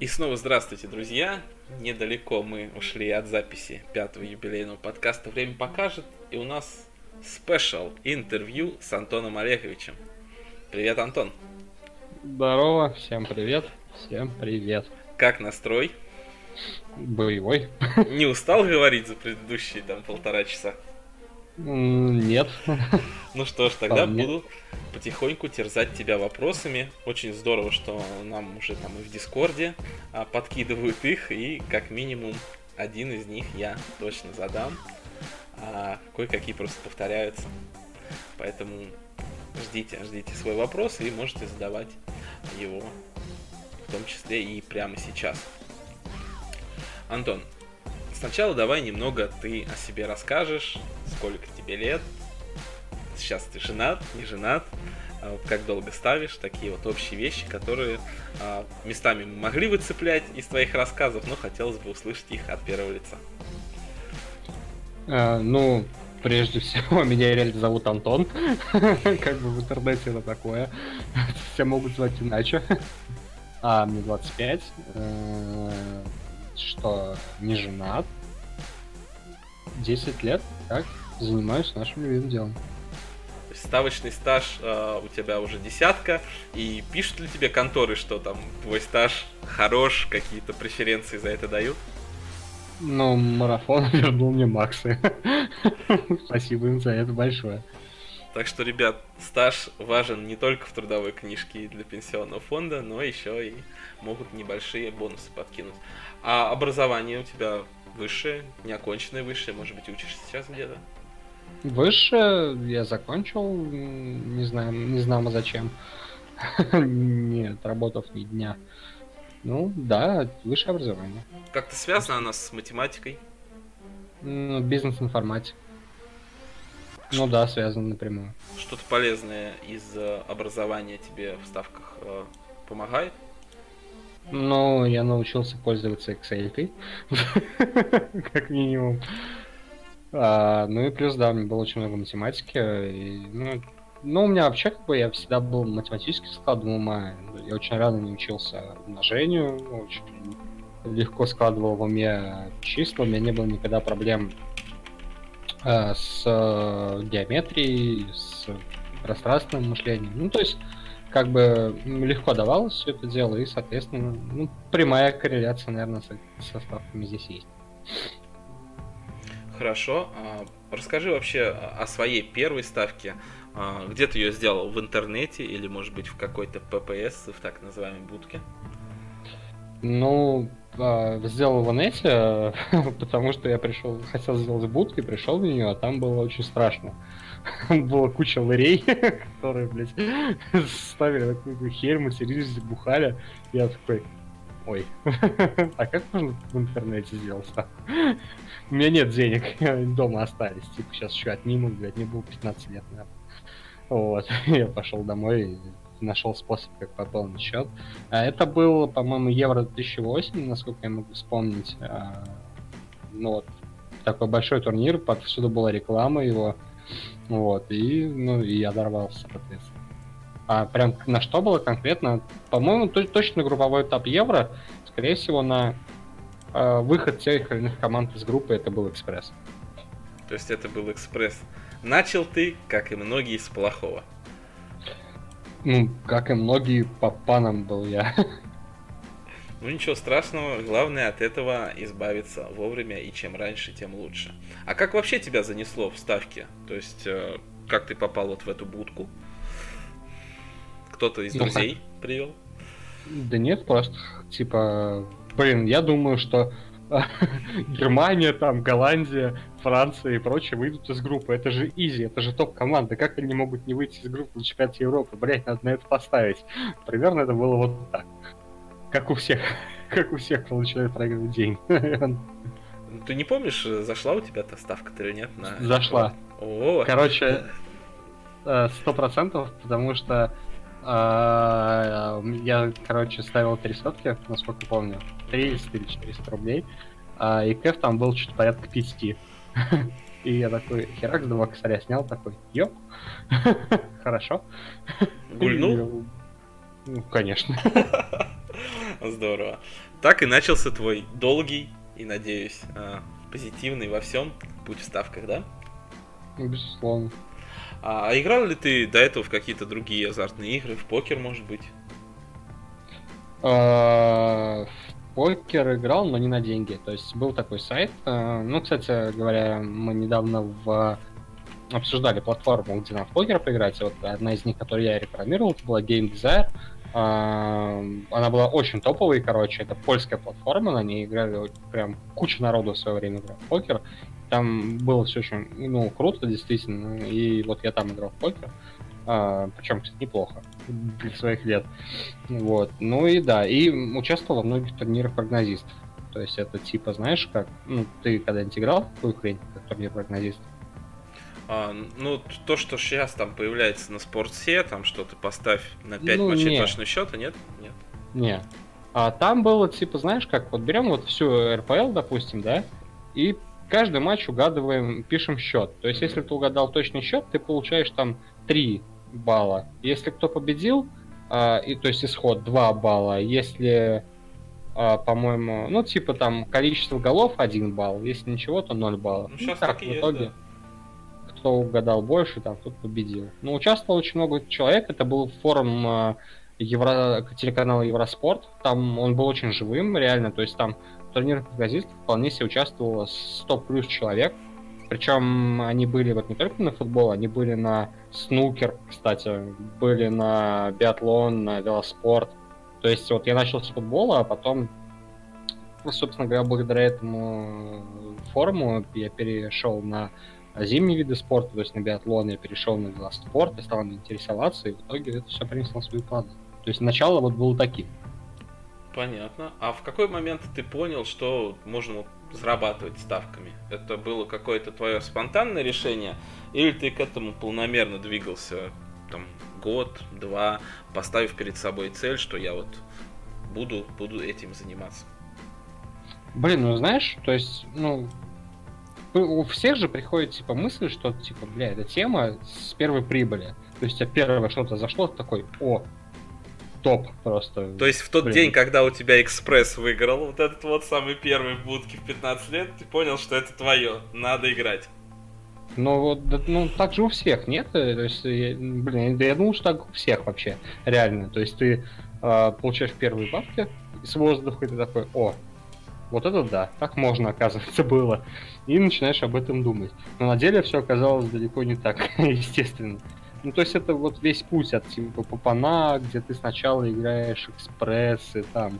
И снова здравствуйте, друзья. Недалеко мы ушли от записи пятого юбилейного подкаста «Время покажет», и у нас спешл интервью с Антоном Олеговичем. Привет, Антон. Здорово, всем привет. Всем привет. Как настрой? Боевой. Не устал говорить за предыдущие полтора часа? Нет. Ну что ж, тогда буду потихоньку терзать тебя вопросами. Очень здорово, что нам уже там и в Дискорде подкидывают их, и как минимум один из них я точно задам. А кое-какие просто повторяются. Поэтому ждите свой вопрос и можете задавать его в том числе и прямо сейчас. Антон, сначала давай немного ты о себе расскажешь, сколько тебе лет, сейчас ты женат, не женат, как долго ставишь, такие вот общие вещи, которые местами могли выцеплять из твоих рассказов, но хотелось бы услышать их от первого лица. Ну, прежде всего, меня реально зовут Антон. Как бы в интернете это такое. Все могут звать иначе. Мне 25. Что, не женат. 10 лет, так, занимаюсь нашим любимым делом. То есть ставочный стаж у тебя уже десятка, и пишут ли тебе конторы, что там твой стаж хорош, какие-то преференции за это дают? Ну, марафон вернул мне Максы. Спасибо им за это большое. Так что, ребят, стаж важен не только в трудовой книжке и для пенсионного фонда, но еще и могут небольшие бонусы подкинуть. А образование у тебя высшее, неоконченное высшее, может быть, учишься сейчас где-то? Высшее я закончил, не знамо зачем, не отработав ни дня. Ну, да, высшее образование. Как-то связано оно с математикой? Бизнес-информатика. Ну да, связано напрямую. Что-то полезное из образования тебе в ставках помогает? Ну, я научился пользоваться Excel, как минимум. Ну и плюс, да, мне было очень много математики. Ну, у меня вообще, я всегда был математически складом ума. Я очень рано не учился умножению, очень легко складывал в уме числа, у меня не было никогда проблем с геометрией, с пространственным мышлением. Ну, то есть, как бы легко давалось все это дело, и, соответственно, прямая корреляция, наверное, со ставками здесь есть. Хорошо. Расскажи вообще о своей первой ставке. Где ты ее сделал? В интернете или, может быть, в какой-то ППС, в так называемой будке? Ну, сделал в инете, потому что я хотел сделать будку и пришел в нее, а там было очень страшно. Была куча ларей, которые, блядь, ставили такую херь, матерились, бухали. Я такой, ой, а как можно в интернете сделать? У меня нет денег, дома остались. Типа сейчас еще отнимут, блядь, мне было 15 лет, наверное. Вот, я пошел домой и нашел способ, как пополнить счет. Это был, по-моему, Евро 2008, насколько я могу вспомнить. Ну вот, такой большой турнир, повсюду была реклама его. Вот, и я дорвался, соответственно. Прям на что было конкретно? По-моему, точно групповой этап Евро. Скорее всего, на выход тех или иных команд из группы это был Экспресс. То есть это был Экспресс. Начал ты, как и многие, с плохого. Ну, как и многие, по панам был я. Ну ничего страшного, главное от этого избавиться вовремя, и чем раньше, тем лучше. А как вообще тебя занесло в ставки? То есть, как ты попал вот в эту будку? Кто-то из друзей привел? Да нет, просто, типа, я думаю, что Германия, там, Голландия, Франция и прочее выйдут из группы. Это же изи, это же топ-команда. Как они могут не выйти из группы на чемпионате Европы? Блять, надо на это поставить. Примерно это было вот так. Как у всех, кто начинает проигрывать деньги. Ты не помнишь, зашла у тебя та ставка-то или нет? Зашла. О. Короче, 100%, потому что я, ставил 3 сотки, насколько помню. 300 или 400 рублей. И кэф там был что-то порядка 5. И я такой, херак, с 2 косаря снял, такой, ёп, хорошо. Гульнул? Ну, конечно. Здорово. Так и начался твой долгий и, надеюсь, позитивный во всем путь в ставках, да? Безусловно. А играл ли ты до этого в какие-то другие азартные игры, в покер, может быть? В покер играл, но не на деньги. То есть был такой сайт. Ну, кстати говоря, мы недавно обсуждали платформу, где нам в покер поиграть. Вот одна из них, которую я рекламировал, это была Game Desire. Она была очень топовой, короче. Это польская платформа, на ней играли прям куча народу в свое время играл в покер. Там было все очень, ну, круто, действительно. И вот я там играл в покер. Причем, кстати, неплохо для своих лет. Вот. Ну и да, и участвовал во многих турнирах прогнозистов. То есть это типа, знаешь, как, ну, ты когда-нибудь играл в такую хрень, как турнир прогнозистов? Ну, то, что сейчас там появляется на спортсе, там что-то поставь на 5 Ну, матчей не. точного счета, нет? Нет. Не. А там было, типа, знаешь, как, вот берем вот всю РПЛ, допустим, да, и каждый матч угадываем, пишем счет. То есть, если ты угадал точный счет, ты получаешь там 3 балла. Если кто победил, то есть исход 2 балла. Если, по-моему, ну, типа там количество голов 1 балл, если ничего, то 0 баллов. Ну, сейчас так, так и в есть, итоге, да. кто угадал больше, там, тот победил. Ну, участвовало очень много человек, это был форум телеканала Евроспорт, там он был очень живым, реально, то есть там в турнирах прогнозистов вполне себе участвовало 100 плюс человек, причем они были вот не только на футбол, они были на снукер, кстати, были на биатлон, на велоспорт, то есть вот я начал с футбола, а потом, ну, собственно говоря, благодаря этому форуму я перешел на зимние виды спорта, то есть на биатлон, я перешел на велоспорт, я стал им интересоваться, и в итоге это все принесло свои плоды. То есть начало вот было таким. Понятно. А в какой момент ты понял, что можно зарабатывать ставками? Это было какое-то твое спонтанное решение? Или ты к этому полномерно двигался там год, два, поставив перед собой цель, что я вот буду этим заниматься? Блин, ну знаешь, то есть, ну, у всех же приходит, типа, мысль, что, типа, бля, эта тема с первой прибыли. То есть, первое что-то зашло, такой, о, топ просто. То есть в тот Блин. день, когда у тебя Экспресс выиграл вот этот вот самый первый в будке в 15 лет, ты понял, что это твое, надо играть. Ну вот, ну так же у всех, нет? То есть, блин, я думал, что так у всех вообще, реально. То есть ты получаешь первые бабки с воздуха, и ты такой, о, вот это да, так можно, оказывается, было. И начинаешь об этом думать. Но на деле все оказалось далеко не так, естественно. Ну, то есть это вот весь путь от типа Папана, где ты сначала играешь экспрессы, там,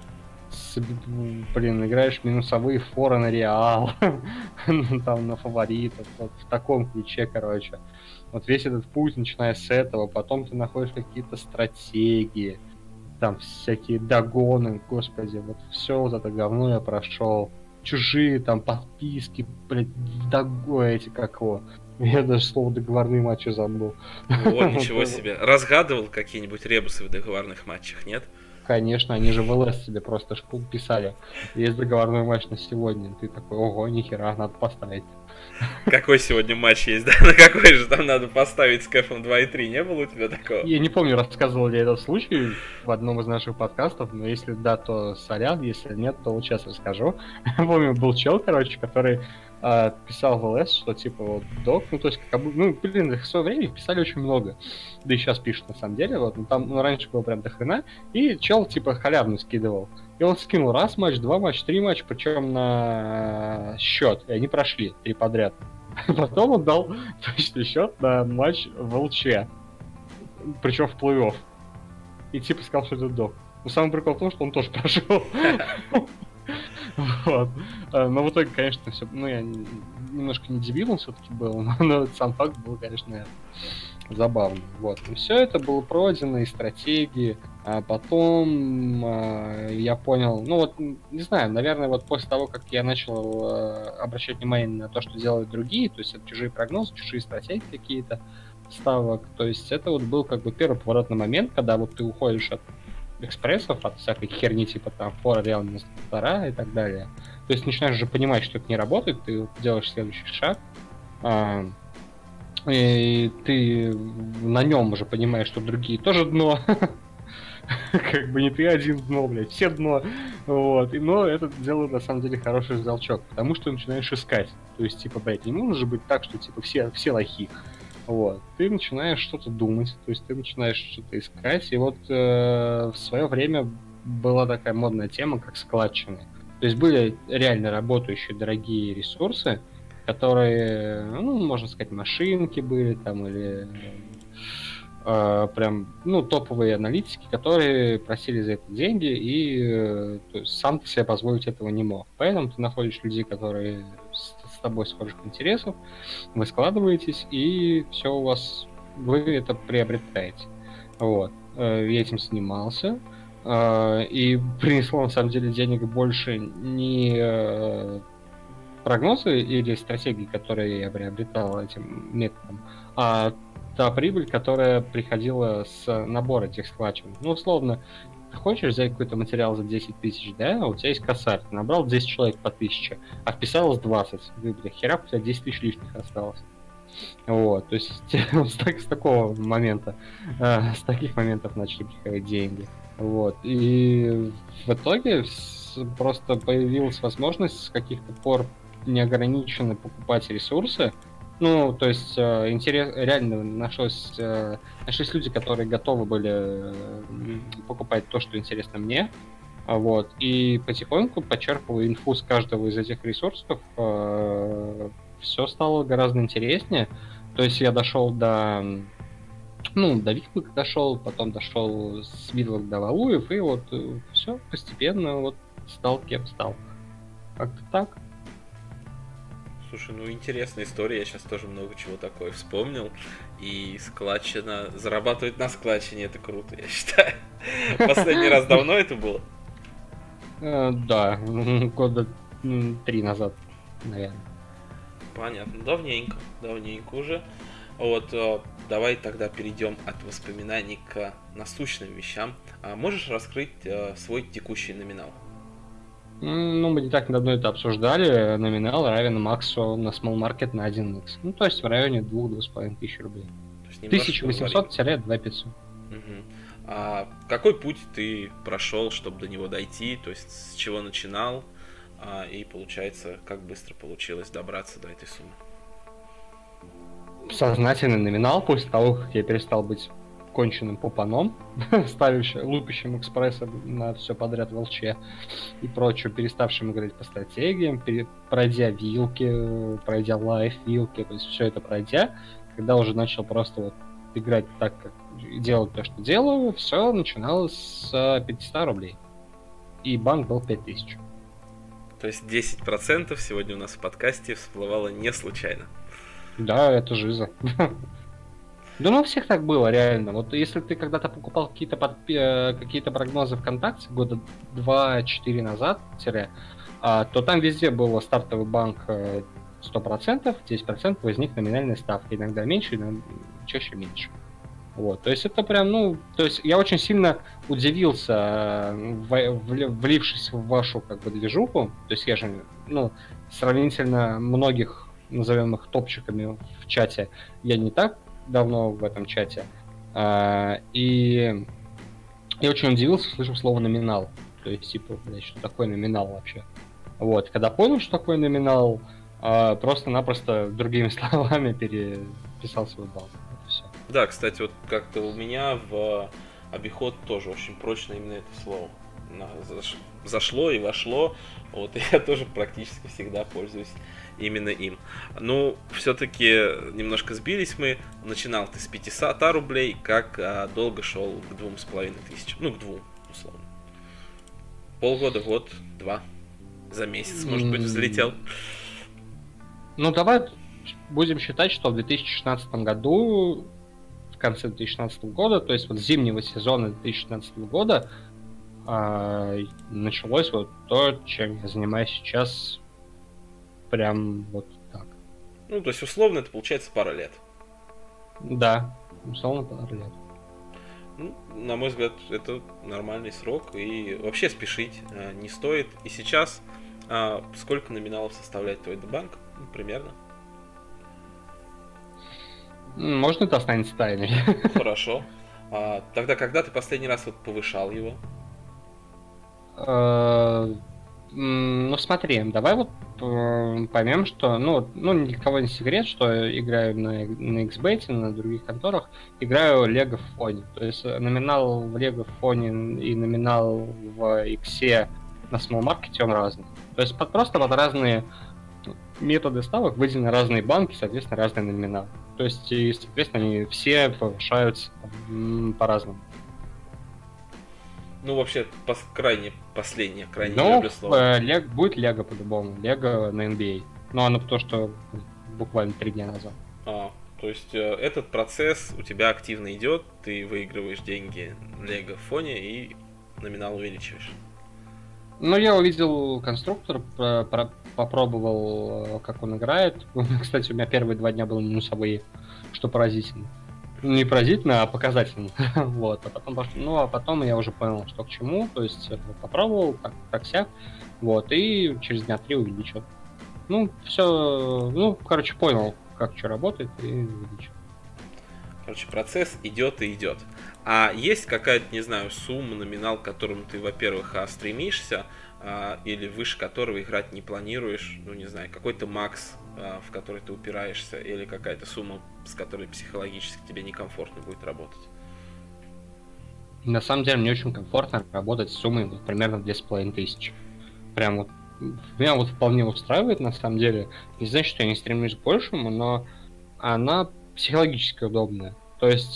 играешь минусовые форы на Реал, там, на фаворитов, вот в таком ключе, короче. Вот весь этот путь, начиная с этого, потом ты находишь какие-то стратегии, там, всякие догоны, господи, вот все вот это говно я прошел. Чужие там подписки, блядь, эти как его. Я даже слово договорные матчи забыл. О, ничего себе. Разгадывал какие-нибудь ребусы в договорных матчах, нет? Конечно, они же в ЛС себе просто писали. Есть договорной матч на сегодня. Ты такой, ого, нихера, надо поставить. Какой сегодня матч есть, да? На какой же там надо поставить с Кэфом 2 и 3? Не было у тебя такого? Я не помню, рассказывал ли я этот случай в одном из наших подкастов, но если да, то сорян, если нет, то вот сейчас расскажу. Помню, был чел, короче, который писал в ЛС, что типа вот док, ну то есть как бы, ну блин, в свое время их писали очень много, да и сейчас пишут на самом деле, вот, ну там раньше было прям до хрена, и чел типа халявно скидывал, и он скинул раз матч, 2 матч, 3 матча, причем на счет, и они прошли 3 подряд. Потом он дал точный счет на матч в ЛЧ, причем в плей-офф, и типа сказал, что это док. Но самый прикол в том, что он тоже прошел. Вот. Но в итоге, конечно, все. Ну, я немножко не дебилом все-таки был, но сам факт был, конечно, забавный. Вот. И все это было пройдено, и стратегии. А потом я понял, ну вот, не знаю, наверное, вот после того, как я начал обращать внимание на то, что делают другие, то есть это чужие прогнозы, чужие стратегии какие-то ставок, то есть это вот был как бы первый поворотный момент, когда вот ты уходишь от экспрессов, от всякой херни, типа там фора, реал минус 1,5 и так далее. То есть начинаешь уже понимать, что это не работает, ты делаешь следующий шаг, и ты на нем уже понимаешь, что другие тоже дно. Как бы не ты один дно, блядь, все дно. Вот. Но это делает, на самом деле, хороший толчок, потому что ты начинаешь искать. То есть, типа, блядь, не нужно же быть так, что, типа, все лохи. Вот. Ты начинаешь что-то думать, то есть ты начинаешь что-то искать. И вот в свое время была такая модная тема, как складчины. То есть были реально работающие дорогие ресурсы, которые, ну, можно сказать, машинки были там, или прям, ну, топовые аналитики, которые просили за это деньги, и то есть, сам ты себе позволить этого не мог. Поэтому ты находишь людей, которые с тобой схожих интересов, вы складываетесь, и все у вас, вы это приобретаете. Вот. Я этим занимался, и принесло, на самом деле, денег больше не прогнозы или стратегии, которые я приобретал этим методом, а та прибыль, которая приходила с набора этих складчиков. Ну, условно, ты хочешь взять какой-то материал за 10 тысяч, да, а у тебя есть косарь, ты набрал 10 человек по 1000, а вписалось 20. Вы, бля, херак, у тебя 10 тысяч лишних осталось. Вот, то есть с такого момента, с таких моментов начали приходить деньги. Вот, и в итоге просто появилась возможность с каких-то пор неограниченно покупать ресурсы. Ну, то есть реально нашлись люди, которые готовы были покупать то, что интересно мне. Вот. И потихоньку, почерпывая инфу с каждого из этих ресурсов, все стало гораздо интереснее. То есть я дошел до Вихлок дошел, потом дошел с Вихлок до Валуев, и вот все постепенно вот стал кем стал. Как-то так. Слушай, ну интересная история, я сейчас тоже много чего такое вспомнил. И складчина, зарабатывать на складчине, это круто, я считаю. Последний раз давно это было? Да, года 3 назад, наверное. Понятно, давненько уже. Вот, давай тогда перейдем от воспоминаний к насущным вещам. Можешь раскрыть свой текущий номинал? Ну, мы не так давно это обсуждали. Номинал равен максу на small market на 1x. Ну, то есть в районе 2-2,5 тысяч рублей. 1800-2500. Угу. А какой путь ты прошел, чтобы до него дойти? То есть с чего начинал? И получается, как быстро получилось добраться до этой суммы? Сознательный номинал после того, как я перестал быть конченным попаном, лупящим экспресса на все подряд в ЛЧ и прочее, переставшим играть по стратегиям, пройдя вилки, пройдя лайф вилки, то есть все это пройдя, когда уже начал просто вот играть так, как делать то, что делаю, все начиналось с 500 рублей. И банк был 5000. То есть 10% сегодня у нас в подкасте всплывало не случайно. Да, это жиза. Да ну у всех так было, реально. Вот если ты когда-то покупал какие-то прогнозы ВКонтакте года 2-4 назад, то там везде был стартовый банк 100%, 10% из них номинальная ставка. Иногда меньше, иногда чаще меньше. Вот, то есть это прям, то есть я очень сильно удивился, влившись в вашу как бы движуху. То есть я же, сравнительно многих, назовем их топчиками в чате, я не так давно в этом чате. И я очень удивился, услышав слово номинал. То есть, типа, блядь, что такое номинал вообще? Вот, когда понял, что такое номинал, просто-напросто другими словами переписал свой балл. Все. Да, кстати, вот как-то у меня в обиход тоже очень прочно именно это слово зашло и вошло. Вот, и я тоже практически всегда пользуюсь именно им. Ну, все-таки немножко сбились мы. Начинал ты с 500 рублей, как долго шел к 2500? Ну, к 2, условно. Полгода, год, 2. За месяц, может быть, взлетел. Ну, давай будем считать, что в 2016 году, в конце 2016 года, то есть вот зимнего сезона 2016 года, началось вот то, чем я занимаюсь сейчас, прям вот так. Ну, то есть, условно, это получается пара лет. Да, условно пара лет. Ну, на мой взгляд, это нормальный срок, и вообще спешить не стоит. И сейчас сколько номиналов составляет твой дебанк? Ну, примерно. Можно это останется тайной? Хорошо. Тогда когда ты последний раз вот повышал его? Ну смотри, давай вот поймем, что, ну никого не секрет, что играю на XBet, на других конторах, играю Лего в фоне. То есть номинал в Лего в фоне и номинал в Иксе на small market он разный. То есть просто под разные методы ставок выделены разные банки, соответственно, разные номиналы. То есть, и, соответственно, они все повышаются по-разному. Ну, вообще, крайне люблю слово. Будет Лего по-любому. Лего на NBA. Но оно то, что буквально 3 дня назад. То есть этот процесс у тебя активно идет, ты выигрываешь деньги Лего в фоне и номинал увеличиваешь. Ну, я увидел конструктор, попробовал, как он играет. Кстати, у меня первые 2 дня были минусовые, что поразительно. Не поразительно, а показательно. Вот. А потом я уже понял, что к чему. То есть попробовал, так-сяк. Вот. И через дня 3 увеличил. Ну, все. Ну, короче, понял, как что работает, и увеличил. Короче, процесс идет и идет. А есть какая-то, не знаю, сумма, номинал, к которому ты, во-первых, стремишься, или выше которого играть не планируешь, ну, не знаю, какой-то макс, в который ты упираешься, или какая-то сумма, с которой психологически тебе некомфортно будет работать? На самом деле, мне очень комфортно работать с суммой вот, примерно 2500. Прям вот меня вот вполне устраивает, на самом деле. Не значит, что я не стремлюсь к большему, но она психологически удобная. То есть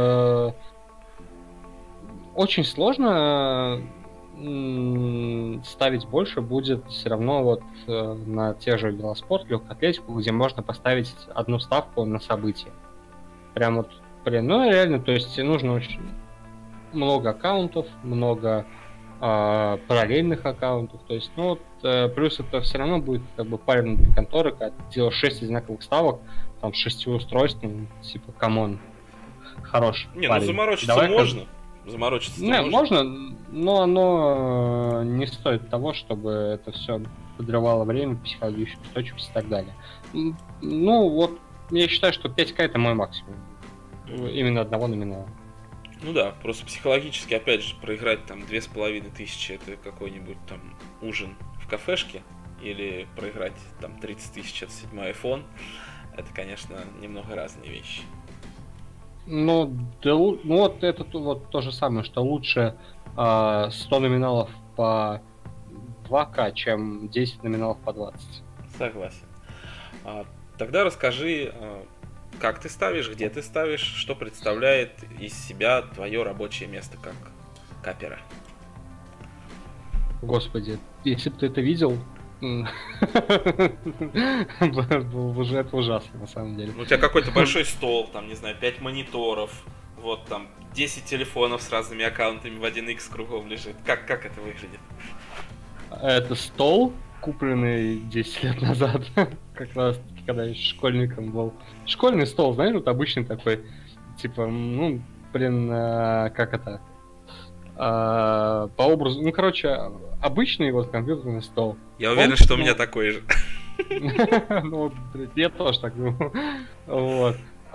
очень сложно ставить больше будет все равно вот на те же велоспорт, легкую атлетику, где можно поставить одну ставку на событие. Прям вот, ну реально, то есть нужно очень много аккаунтов, много параллельных аккаунтов, то есть, ну вот, плюс это все равно будет как бы парень для конторы, когда ты делаешь 6 одинаковых ставок, там, 6 устройств, ну, типа, камон, хорош. Не, парень. Ну заморочиться можно. Заморочиться можно, но оно не стоит того, чтобы это все подрывало время, психологическую устойчивость и так далее. Ну, вот, я считаю, что 5К это мой максимум. Именно одного номинала. Ну да, просто психологически, опять же, проиграть там 2500 это какой-нибудь там ужин в кафешке, или проиграть там 30 тысяч это 7-й iPhone, это, конечно, немного разные вещи. Ну, да, ну вот это вот то же самое, что лучше 100 номиналов по 2К, чем 10 номиналов по 20. Согласен. Тогда расскажи, как ты ставишь, где ты ставишь, что представляет из себя твое рабочее место как капера. Господи, если бы ты это видел, уже это ужасно, на самом деле. У тебя какой-то большой стол, там, не знаю, 5 мониторов, вот там 10 телефонов с разными аккаунтами в 1X кругом лежит. Как это выглядит? Это стол, купленный 10 лет назад, как раз когда я школьником был. Школьный стол, знаешь, вот обычный такой, типа, ну, блин, как это? По образу, ну, короче, обычный вот компьютерный стол. Я уверен, что у меня такой же. Ну, я тоже так думаю. Вот.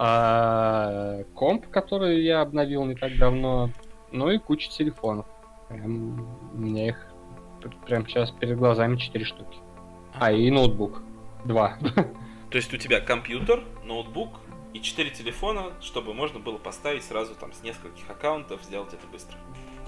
Комп, который я обновил не так давно, ну и куча телефонов. Прям, у меня их прям сейчас перед глазами 4 штуки. И ноутбук. 2. То есть у тебя компьютер, ноутбук и 4 телефона, чтобы можно было поставить сразу там с нескольких аккаунтов, сделать это быстро.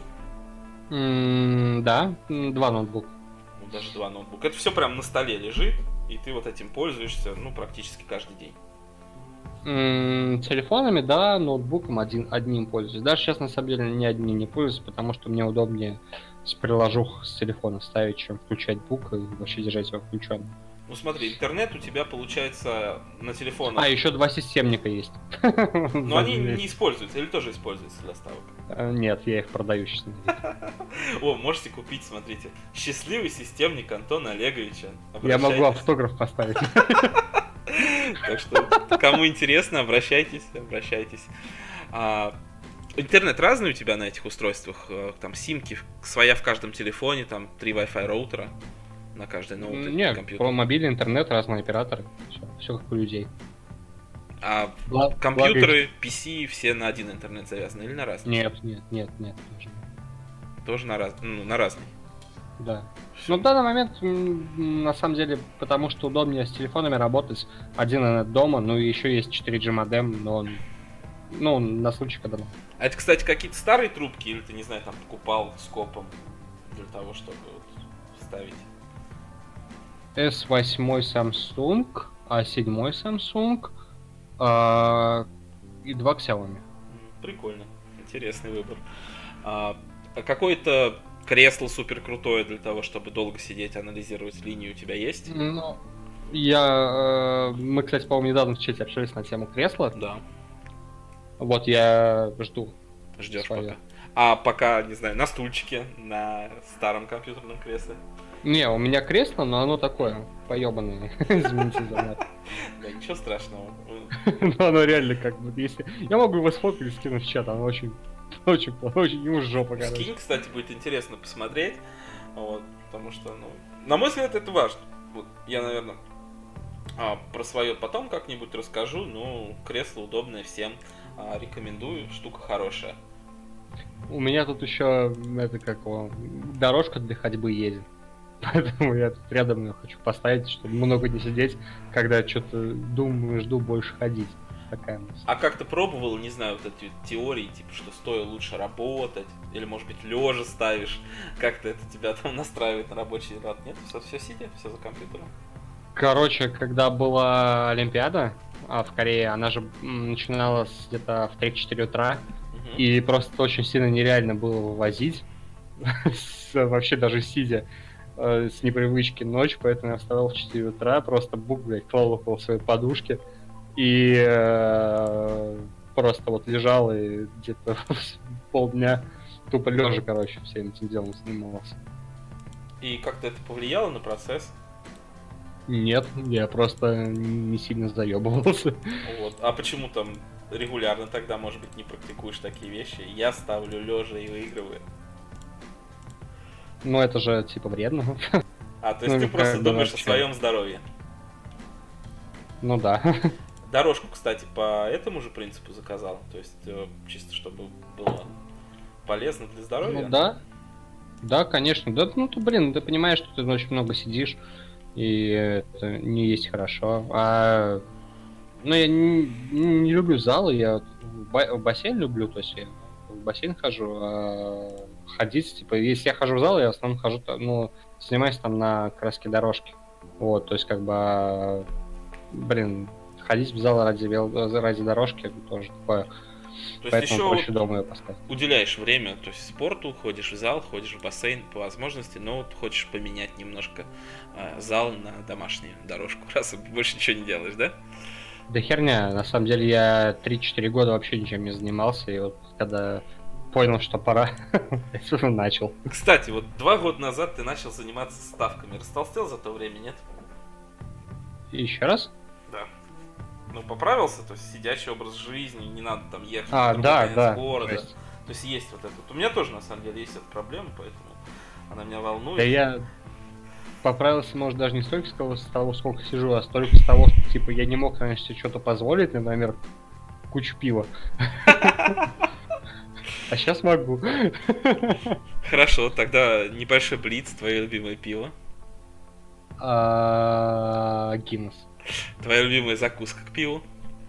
Да, 2 ноутбука. Ну, даже 2 ноутбука. Это все прям на столе лежит, и ты вот этим пользуешься, ну, практически каждый день. Телефонами, да, ноутбуком одним пользуюсь. Даже сейчас, на самом деле, ни одним не пользуюсь, потому что мне удобнее с приложух с телефона ставить, чем включать бук и вообще держать его включенным. Ну смотри, интернет у тебя получается на телефонах. Еще 2 системника есть. Но они не используются или тоже используются для ставок? Нет, я их продаю сейчас. О, можете купить, смотрите. Счастливый системник Антона Олеговича. Я могу автограф поставить. Так что, кому интересно, обращайтесь. Интернет разный у тебя на этих устройствах? Там симки своя в каждом телефоне, там 3 Wi-Fi роутера на каждый ноут и компьютер? Нет, мобильный интернет, разные операторы. Все как у людей. А Благо компьютеры, PC, все на один интернет завязаны или на разный? Нет. Тоже на разный. Да. Ну, в данный момент, на самом деле, потому что удобнее с телефонами работать. Один интернет дома, ну и еще есть 4G модем, но он, ну, на случай, когда... А это, кстати, какие-то старые трубки, или ты, не знаю, там покупал скопом для того, чтобы вот вставить? S8 Samsung, A7 Samsung и 2 Xiaomi. Прикольно, интересный выбор. А какое-то кресло супер крутое для того, чтобы долго сидеть, анализировать линию у тебя есть? Ну, мы, кстати, по-моему, недавно в чате общались на тему кресла. Да. Вот я жду. Ждешь свое. пока. А пока, не знаю, на стульчике, на старом компьютерном кресле? Не, у меня кресло, но оно такое, поебанное. Извините за мат. Да, ничего страшного. Но оно реально как бы, если... Я могу его сфоткать и скинуть в чат, оно очень ему жопа, короче. Скинь, кстати, будет интересно посмотреть. Вот, потому что, ну, на мой взгляд, это важно. Вот, я, наверное, про свое потом как-нибудь расскажу. Ну, кресло удобное всем. Рекомендую, штука хорошая. У меня тут еще, это как его, дорожка для ходьбы едет. Поэтому я тут рядом ее хочу поставить, чтобы много не сидеть, когда что-то думаю, жду больше ходить. Такая мысль. А как ты пробовал, не знаю, вот эти теории, типа, что стоя лучше работать, или, может быть, лежа ставишь, как-то это тебя там настраивает на рабочий ряд? Нет? Все сидя, все за компьютером? Короче, когда была Олимпиада в Корее, она же начиналась где-то в 3-4 утра, и просто очень сильно нереально было вывозить, вообще даже сидя с непривычки ночь, поэтому я вставал в 4 утра, просто клал около своей подушки и просто вот лежал и где-то полдня тупо лежа, короче, всем этим делом занимался. И как-то это повлияло на процесс? Нет, я просто не сильно заебывался. Вот. А почему там регулярно тогда, может быть, не практикуешь такие вещи? Я ставлю лежа и выигрываю. Ну это же типа вредно. То есть ты просто думаешь о своем здоровье? Ну да. Дорожку, кстати, по этому же принципу заказал. То есть чисто чтобы было полезно для здоровья. Ну да. Да, конечно. Да, ну ты, ты понимаешь, что ты очень много сидишь, и это не есть хорошо. Ну, я не люблю залы, я в бассейн люблю, то есть я в бассейн хожу, ходить, типа, если я хожу в зал, я в основном хожу, ну, занимаюсь там на краске дорожки. Вот, то есть, как бы, ходить в зал ради дорожки, тоже такое. То есть поэтому еще проще дома ее поставить. Уделяешь время, то есть спорту, ходишь в зал, ходишь в бассейн по возможности, но вот хочешь поменять немножко зал на домашнюю дорожку, раз больше ничего не делаешь, да? Да херня, на самом деле я 3-4 года вообще ничем не занимался, и вот когда понял, что пора, начал. Кстати, вот 2 года назад ты начал заниматься ставками. Растолстел за то время, нет? Еще раз? Да. Ну, поправился, то есть сидячий образ жизни, не надо там ехать в другой конец города. То есть есть вот это. У меня тоже, на самом деле, есть эта проблема, поэтому она меня волнует. Да я поправился, может, даже не столько с того, сколько сижу, а столько с того, что, типа, я не мог раньше себе что-то позволить, например, кучу пива. А сейчас могу. Хорошо, тогда небольшой блиц, твое любимое пиво. Гиннес. Твоя любимая закуска к пиву?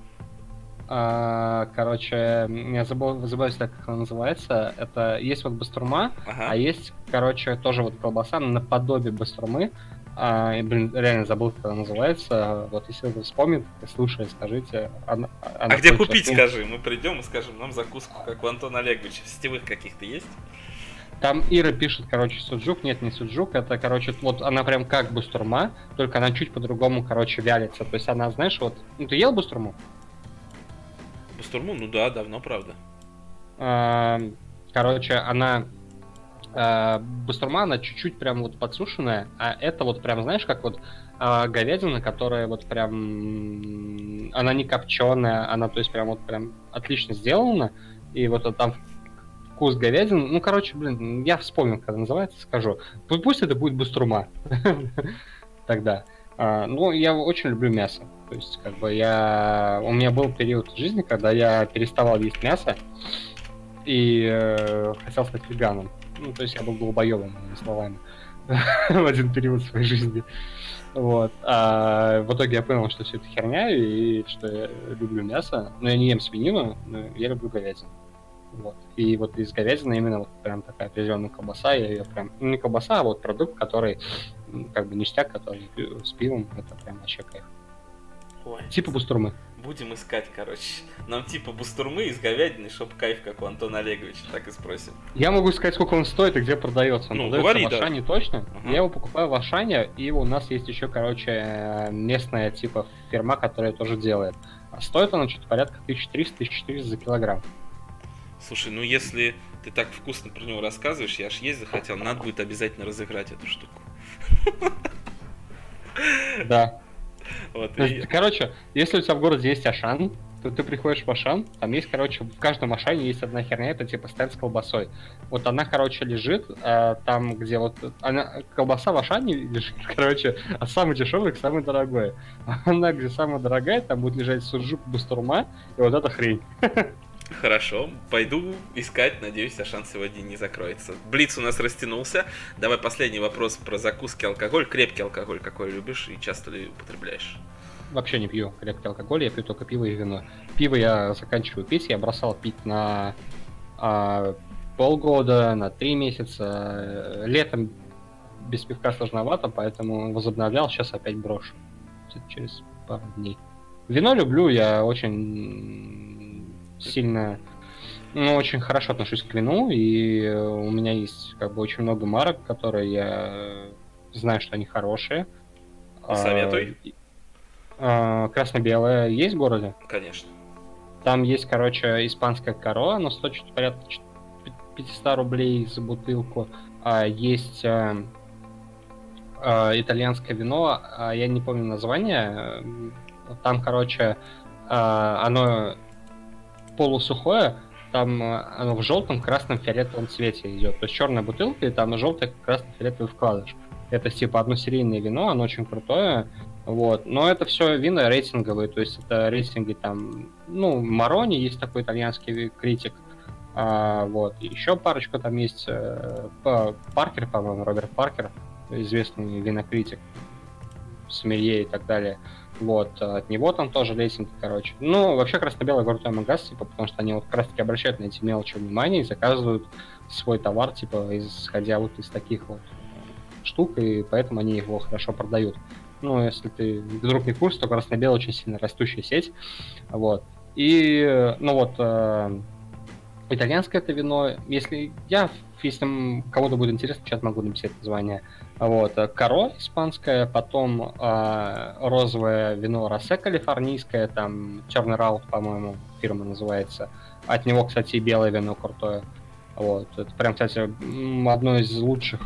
Короче, я забываюсь, как она называется. Это есть вот бастурма, а есть, короче, тоже вот колбаса наподобие бастурмы. Реально забыл, как она называется. Вот если вы вспомните, слушай, скажите. А где купить, скажи? Мы придем и скажем, нам закуску, как у Антона Олеговича, в сетевых каких-то есть? Там Ира пишет, короче, суджук. Нет, не суджук. Это, короче, вот она прям как бастурма, только она чуть по-другому, короче, вялится. То есть она, знаешь, вот... Ну, ты ел бастурму? Бастурму? Ну да, давно, правда. Короче, она... бастурма, она чуть-чуть прям вот подсушенная, а это вот прям, знаешь, как вот говядина, которая вот прям... Она не копченая, она, то есть, прям вот прям отлично сделана, и вот там вкус говядины, ну, короче, я вспомнил, как это называется, скажу. Пусть это будет бастурма. Тогда. Ну, я очень люблю мясо. То есть, как бы у меня был период жизни, когда я переставал есть мясо и хотел стать веганом. Ну, то есть я был долбоебом, моими словами, в один период своей жизни. Вот. А в итоге я понял, что все это херня, и что я люблю мясо. Но я не ем свинину, но я люблю говядину. Вот. И вот из говядины именно вот прям такая определенная колбаса, я ее прям... Ну, не колбаса, а вот продукт, который как бы ништяк, который с пивом, это прям вообще кайф. Ой. Типа бустурмы. Будем искать, короче. Нам типа бустурмы из говядины, чтоб кайф, как у Антона Олеговича, так и спросим. Я могу сказать, сколько он стоит и где продается. Он продается говори, в Ашане, да. точно. Я его покупаю в Ашане, и у нас есть еще, короче, местная типа фирма, которая тоже делает. А стоит она что-то порядка 1300-1400 за килограмм. Слушай, ну если ты так вкусно про него рассказываешь, я аж есть захотел, надо будет обязательно разыграть эту штуку. Да. Вот, короче, если у тебя в городе есть Ашан, то ты приходишь в Ашан, там есть, короче, в каждом Ашане есть одна херня, это типа стенд с колбасой. Вот она, короче, лежит там, где вот... колбаса в Ашане лежит, короче, от самой дешевой к самой дорогой. Она, где самая дорогая, там будет лежать суджук, бустурма и вот эта хрень. Хорошо, пойду искать, надеюсь, Ашан сегодня не закроется. Блиц у нас растянулся. Давай последний вопрос про закуски, алкоголь. Крепкий алкоголь какой любишь и часто ли употребляешь? Вообще не пью крепкий алкоголь, я пью только пиво и вино. Пиво я заканчиваю пить, я бросал пить на полгода, на 3 месяца. Летом без пивка сложновато, поэтому возобновлял, сейчас опять брошу. Через пару дней. Вино люблю, я очень сильно, очень хорошо отношусь к вину, и у меня есть как бы очень много марок, которые я знаю, что они хорошие. Советуй. Красно-белое есть в городе? Конечно. Там есть, короче, испанская коро, оно стоит что-то порядка 500 рублей за бутылку. Есть итальянское вино, я не помню название. Там, короче, оно полусухое, там оно в желтом, красном, фиолетовом цвете идет. То есть черная бутылка, и там желтый, красный, фиолетовый вкладыш. Это типа односерийное вино, оно очень крутое. Вот. Но это все вина рейтинговые, то есть это рейтинги там, Марони, есть такой итальянский критик. Вот. Еще парочка там есть. Паркер, по-моему, Роберт Паркер, известный винокритик, сомелье и так далее. Вот, от него там тоже рейтинг, короче. Вообще красно-белый крутой магаз, типа, потому что они вот как раз-таки обращают на эти мелочи внимание и заказывают свой товар, типа, исходя вот из таких вот штук, и поэтому они его хорошо продают. Если ты вдруг не в курсе, то красно-белый очень сильно растущая сеть. Вот. И, итальянское это вино, если кому-то будет интересно, сейчас могу написать название. Вот, коро испанское, потом розовое вино Росе калифорнийское, там Черный Раут, по-моему, фирма называется. От него, кстати, и белое вино крутое. Вот, это прям, кстати, одно из лучших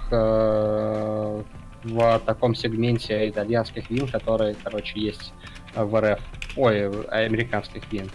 в таком сегменте итальянских вин, которые, короче, есть в РФ. Ой, американских вин.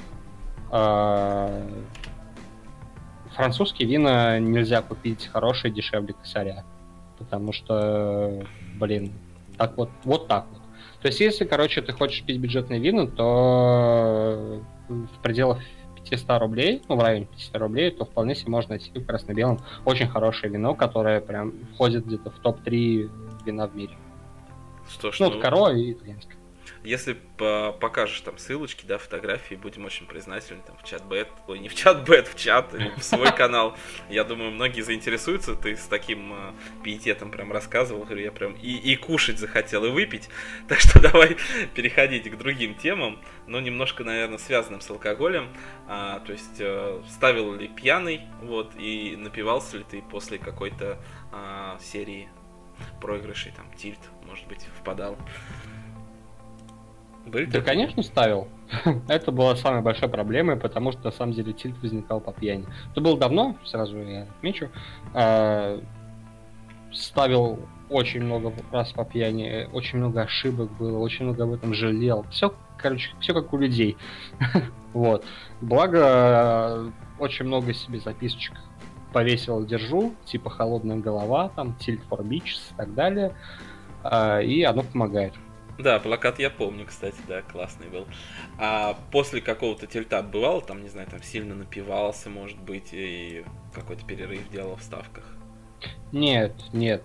Французские вина нельзя купить хорошие дешевле косаря. Потому что, так вот так вот. То есть, если, короче, ты хочешь пить бюджетные вина, то в пределах 500 рублей, в районе 500 рублей, то вполне себе можно найти в красно-белом очень хорошее вино, которое прям входит где-то в топ-3 вина в мире. Что ж, коро и итальянское. Если покажешь там ссылочки, да, фотографии, будем очень признательны там в чат-бэт, не в чат-бэт, в чат или в свой канал. Я думаю, многие заинтересуются, ты с таким пиететом прям рассказывал, говорю, я прям и кушать захотел, и выпить. Так что давай переходить к другим темам, но немножко, наверное, связанным с алкоголем. То есть, ставил ли пьяный, вот, и напивался ли ты после какой-то серии проигрышей, там, тильт, может быть, впадал. Да, конечно, ставил. Это была самой большой проблемой, потому что, на самом деле, тильт возникал по пьяни. Это было давно, сразу я отмечу. Ставил очень много раз по пьяни, очень много ошибок было, очень много об этом жалел. Все, короче, все как у людей. Вот. Благо, очень много себе записочек повесил, держу, типа «Холодная голова», там «Tilt for Beaches» и так далее. И оно помогает. Да, плакат я помню, кстати, да, классный был. А после какого-то тильта бывало, там, не знаю, там сильно напивался, может быть, и какой-то перерыв делал в ставках? Нет, нет.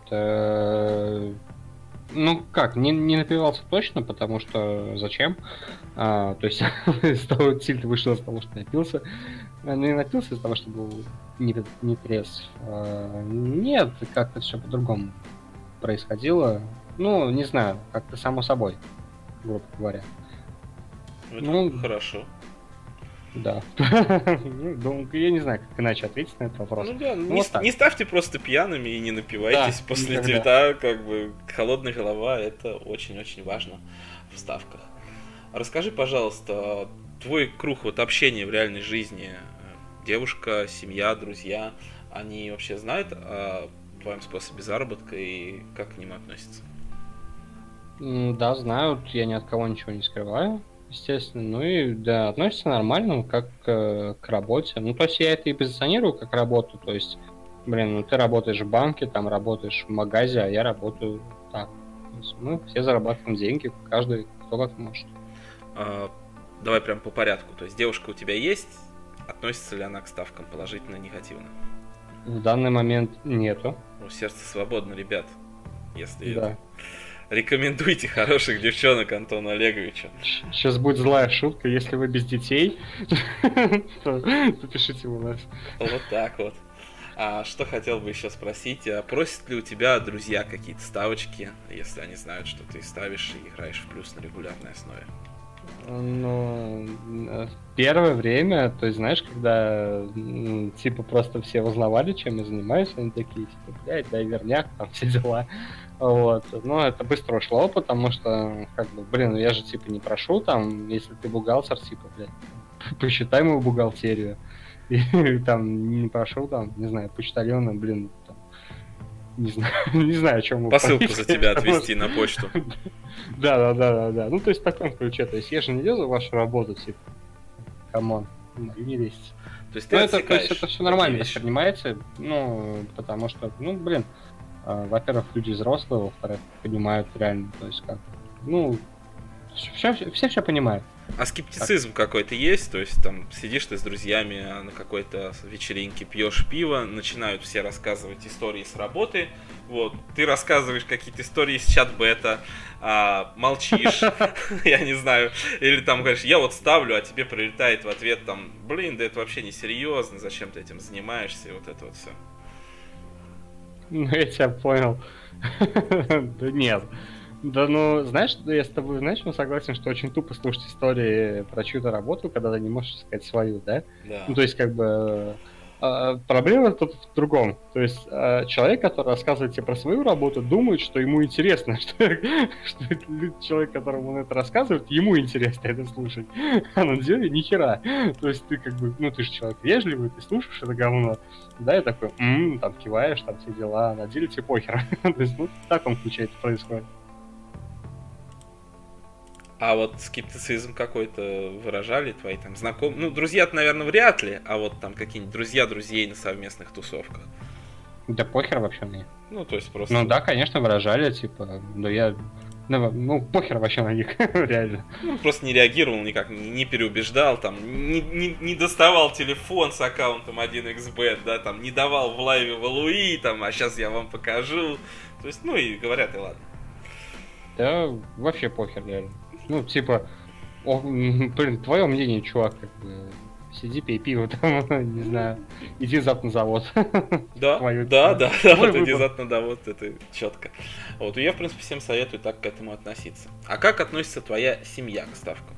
Ну как, не напивался точно, потому что зачем? То есть из того тильт вышел из того, что напился. Ну и напился из того, что был не трезв. Нет, как-то все по-другому происходило. Ну, не знаю, как-то само собой, грубо говоря. Это Ну, хорошо. да. Ну, я не знаю, как иначе ответить на этот вопрос. Ну да, Ну, вот так. не ставьте просто пьяными и не напивайтесь Да, после никогда. тильта, как бы холодная голова, это очень-очень важно в ставках. Расскажи, пожалуйста, твой круг вот общения в реальной жизни, девушка, семья, друзья, они вообще знают о твоем способе заработка и как к ним относятся? Да, знают, я ни от кого ничего не скрываю, естественно. Ну и да, относятся нормально, как к работе. Ну, то есть я это и позиционирую как работу. То есть, блин, ну ты работаешь в банке, там работаешь в магазе, а я работаю так. То есть мы все зарабатываем деньги, каждый кто как может. А, давай прям по порядку. То есть девушка у тебя есть, относится ли она к ставкам положительно, негативно? В данный момент нету. Ну, сердце свободно, ребят. Если Да. это. Рекомендуйте хороших девчонок Антону Олеговичу. Сейчас будет злая шутка, если вы без детей, то пишите у нас. Вот так вот. А что хотел бы еще спросить, а просят ли у тебя друзья какие-то ставочки, если они знают, что ты ставишь и играешь в плюс на регулярной основе? Ну, первое время, то есть, знаешь, когда, типа, просто все узнавали, чем я занимаюсь, они такие, типа, блядь, дай верняк, там все дела. Вот. Но это быстро ушло, потому что, как бы, блин, ну я же, типа, не прошу, там, если ты бухгалтер, типа, блядь, посчитай мою бухгалтерию. И там не прошу, там, не знаю, почтальона, блин, там, не знаю, не знаю, о чем вы Посылку просите, за тебя потому отвезти на почту. да. Ну, то есть в таком ключе. То есть я же не лезу в вашу работу, типа, камон, не лезьте. То есть ты Ну, это, то есть отсекаешь это все такие нормально вещи. воспринимается, ну, потому что, ну, блин, во-первых, люди взрослые, во-вторых, понимают реально, то есть как, ну, все понимают. А скептицизм какой-то есть? То есть там сидишь ты с друзьями на какой-то вечеринке, пьешь пиво, начинают все рассказывать истории с работы. Вот, ты рассказываешь какие-то истории с чат-бета, молчишь, я не знаю, или там говоришь, я вот ставлю, а тебе прилетает в ответ там, блин, да это вообще не серьезно, зачем ты этим занимаешься, и вот это вот все. Ну, я тебя понял. Да нет. Да ну, знаешь, я с тобой, знаешь, согласен, что очень тупо слушать истории про чью-то работу, когда ты не можешь сказать свою, да? Да. Ну, то есть, как бы, проблема тут в другом. То есть, человек, который рассказывает тебе про свою работу, думает, что ему интересно, что человек, которому он это рассказывает, ему интересно это слушать. А на деле ни хера. То есть, ты как бы, ну, ты же человек вежливый, ты слушаешь это говно, да, и такой, там киваешь, там все дела, а на деле тебе похер. То есть, ну, в таком ключе это происходит. А вот скептицизм какой-то выражали твои там знакомые? Ну, друзья-то, наверное, вряд ли, а вот там какие-нибудь друзья друзей на совместных тусовках. Да похер вообще мне. Ну, то есть просто... Ну да, конечно, выражали, типа, да я... Ну, похер вообще на них, реально. Ну, просто не реагировал никак, не переубеждал, там, не доставал телефон с аккаунтом 1xbet, да, там, не давал в лайве валуи, там, а сейчас я вам покажу. То есть, ну и говорят, и ладно. Да, вообще похер, реально. Ну, типа, блин, твое мнение, чувак, как бы, сиди, пей пиво, там, не знаю, иди завтра на завод. Да, Твою, да, вот иди выбор. завтра, да, вот это четко. Вот, и я, в принципе, всем советую так к этому относиться. А как относится твоя семья к ставкам?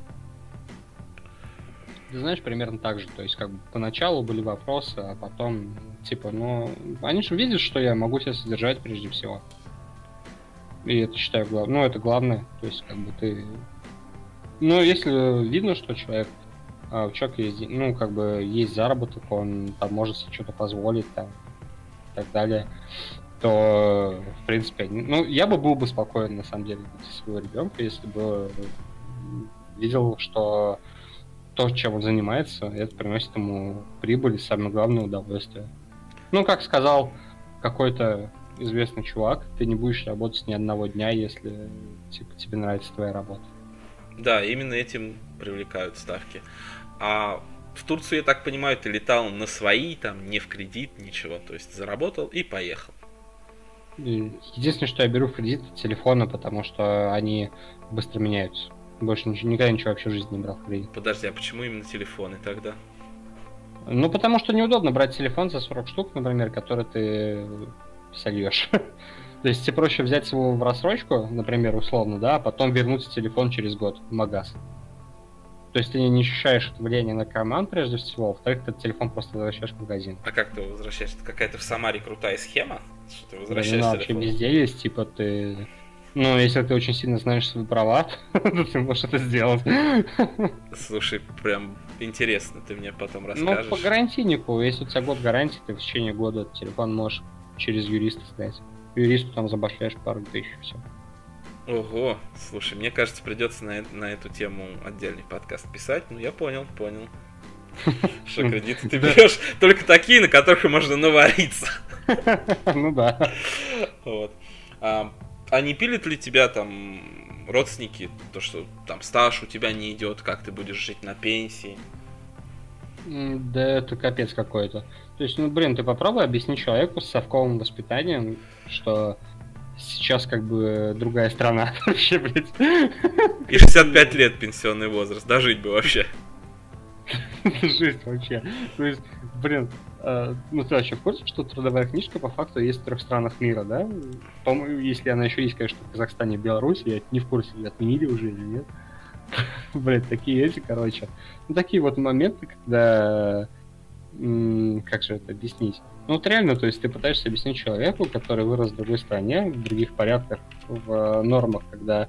Ты знаешь, примерно так же. То есть, как бы, поначалу были вопросы, а потом, типа, ну, они же видят, что я могу себя содержать прежде всего. И это, считаю, главное. Ну, это главное. То есть, как бы, ты... Ну, если видно, что человек, у человека есть, ну, как бы, есть заработок, он там может себе что-то позволить, там, и так далее, то, в принципе, ну, я бы был бы спокоен, на самом деле, для своего ребенка, если бы видел, что то, чем он занимается, это приносит ему прибыль и, самое главное, удовольствие. Ну, как сказал какой-то известный чувак, ты не будешь работать ни одного дня, если типа тебе нравится твоя работа. Да, именно этим привлекают ставки. А в Турцию, я так понимаю, ты летал на свои, там, не в кредит, ничего. То есть заработал и поехал. Единственное, что я беру в кредит, это телефоны, потому что они быстро меняются. Больше никогда ничего вообще в жизни не брал в кредит. Подожди, а почему именно телефоны тогда? Ну, потому что неудобно брать телефон за 40 штук, например, который ты сольешь. То есть тебе проще взять его в рассрочку, например, условно, да, а потом вернуть телефон через год в магаз. То есть ты не ощущаешь это влияние на карман, прежде всего, во-вторых, ты этот телефон просто возвращаешь в магазин. А как ты его возвращаешь? Это какая-то в Самаре крутая схема? Что ты Да, возвращаешь ну, вообще телефон? везде есть, типа ты... Ну, если ты очень сильно знаешь свои права, то ты можешь это сделать. Слушай, прям интересно, ты мне потом Ну, расскажешь. по гарантийнику, если у тебя год гарантии, ты в течение года этот телефон можешь через юриста сдать. Юристу там забашляешь пару тысяч, все. Ого, слушай, мне кажется, придется на эту тему отдельный подкаст писать. Ну, я понял. Что кредиты ты берешь только такие, на которых можно навариться. Ну да. Вот. А не пилят ли тебя там родственники, то, что там стаж у тебя не идет, как ты будешь жить на пенсии? Да это капец какой-то. То есть, ну блин, ты попробуй объяснить человеку с совковым воспитанием, что сейчас как бы другая страна вообще, блядь. И 65 лет пенсионный возраст, дожить бы вообще. Жесть вообще. То есть, блин, ну ты вообще в курсе, что трудовая книжка по факту есть в 3 странах мира, да? По-моему, если она еще есть, конечно, в Казахстане и Беларуси, я не в курсе, отменили уже или нет. Блин, такие эти, короче. Ну, такие вот моменты, когда... как же это объяснить? Ну, вот реально, то есть ты пытаешься объяснить человеку, который вырос в другой стране, в других порядках, в нормах, когда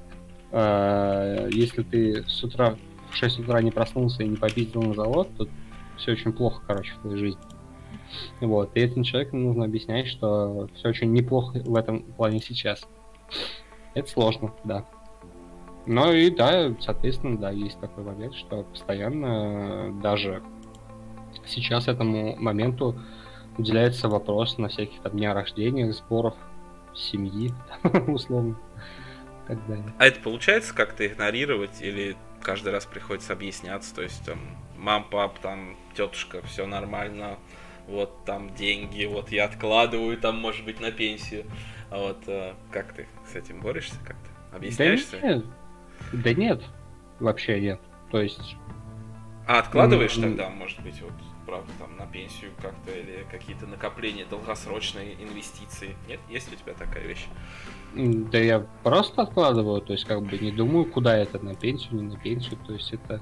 если ты с утра в 6 утра не проснулся и не попиздил на завод, то все очень плохо, короче, в твоей жизни. Вот. И этим человеком нужно объяснять, что все очень неплохо в этом плане сейчас. Это сложно, да. Ну и да, соответственно, да, есть такой момент, что постоянно даже сейчас этому моменту уделяется вопрос на всяких там днях рождения, сборов семьи, условно, и так далее. А это получается как-то игнорировать или каждый раз приходится объясняться? То есть там мам, пап, там тетушка, все нормально, вот там деньги, вот я откладываю там, может быть, на пенсию. А вот как ты с этим борешься? Как ты объясняешься? Да нет, вообще нет. То есть... А откладываешь тогда, может быть, вот, правда, там на пенсию как-то или какие-то накопления, долгосрочные инвестиции? Нет? Есть у тебя такая вещь? Да я просто откладываю, то есть как бы не думаю, куда это, на пенсию, не на пенсию, то есть это...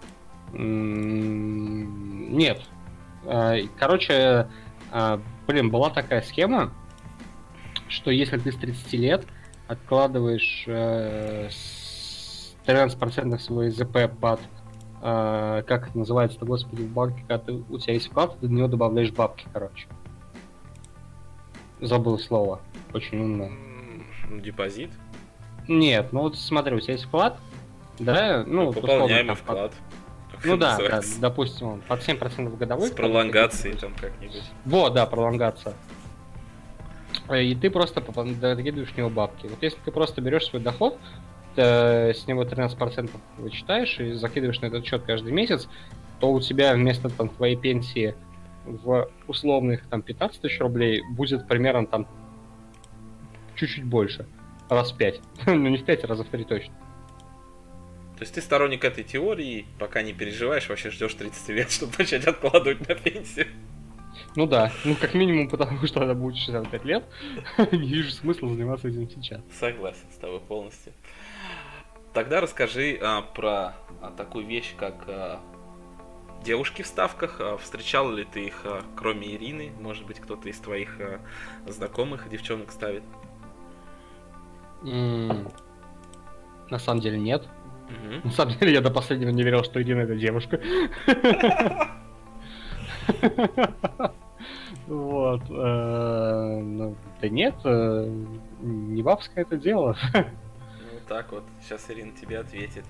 Нет. Короче, блин, была такая схема, что если ты с 30 лет откладываешь 13% своего ЗП под, как это называется-то, господи, в банке, когда у тебя есть вклад, ты на него добавляешь бабки, короче. Забыл слово. Очень умно. Депозит? Нет, ну вот смотри, у тебя есть вклад, да, ну, пополняемый вклад. Ну да, допустим, он под 7% годовых. С пролонгацией там как-нибудь. Вот, да, пролонгация. И ты просто докидываешь в него бабки. Вот если ты просто берешь свой доход, с него 13% вычитаешь и закидываешь на этот счет каждый месяц, то у тебя вместо там твоей пенсии в условных там 15 тысяч рублей будет примерно там чуть-чуть больше. Раз в 5. Ну не в 5, а раза в 3 точно. То есть ты сторонник этой теории, пока не переживаешь, вообще ждешь 30 лет, чтобы начать откладывать на пенсию? Ну да, ну как минимум потому, что она будет 65 лет, не вижу смысла заниматься этим сейчас. Согласен с тобой полностью. Тогда расскажи про такую вещь, как девушки в ставках. Встречал ли ты их, кроме Ирины? Может быть, кто-то из твоих знакомых девчонок ставит? На самом деле нет. На самом деле я до последнего не верил, что Ирина это девушка. Вот. Ну, да нет, не бабское это дело. Ну так вот, сейчас Ирина тебе ответит.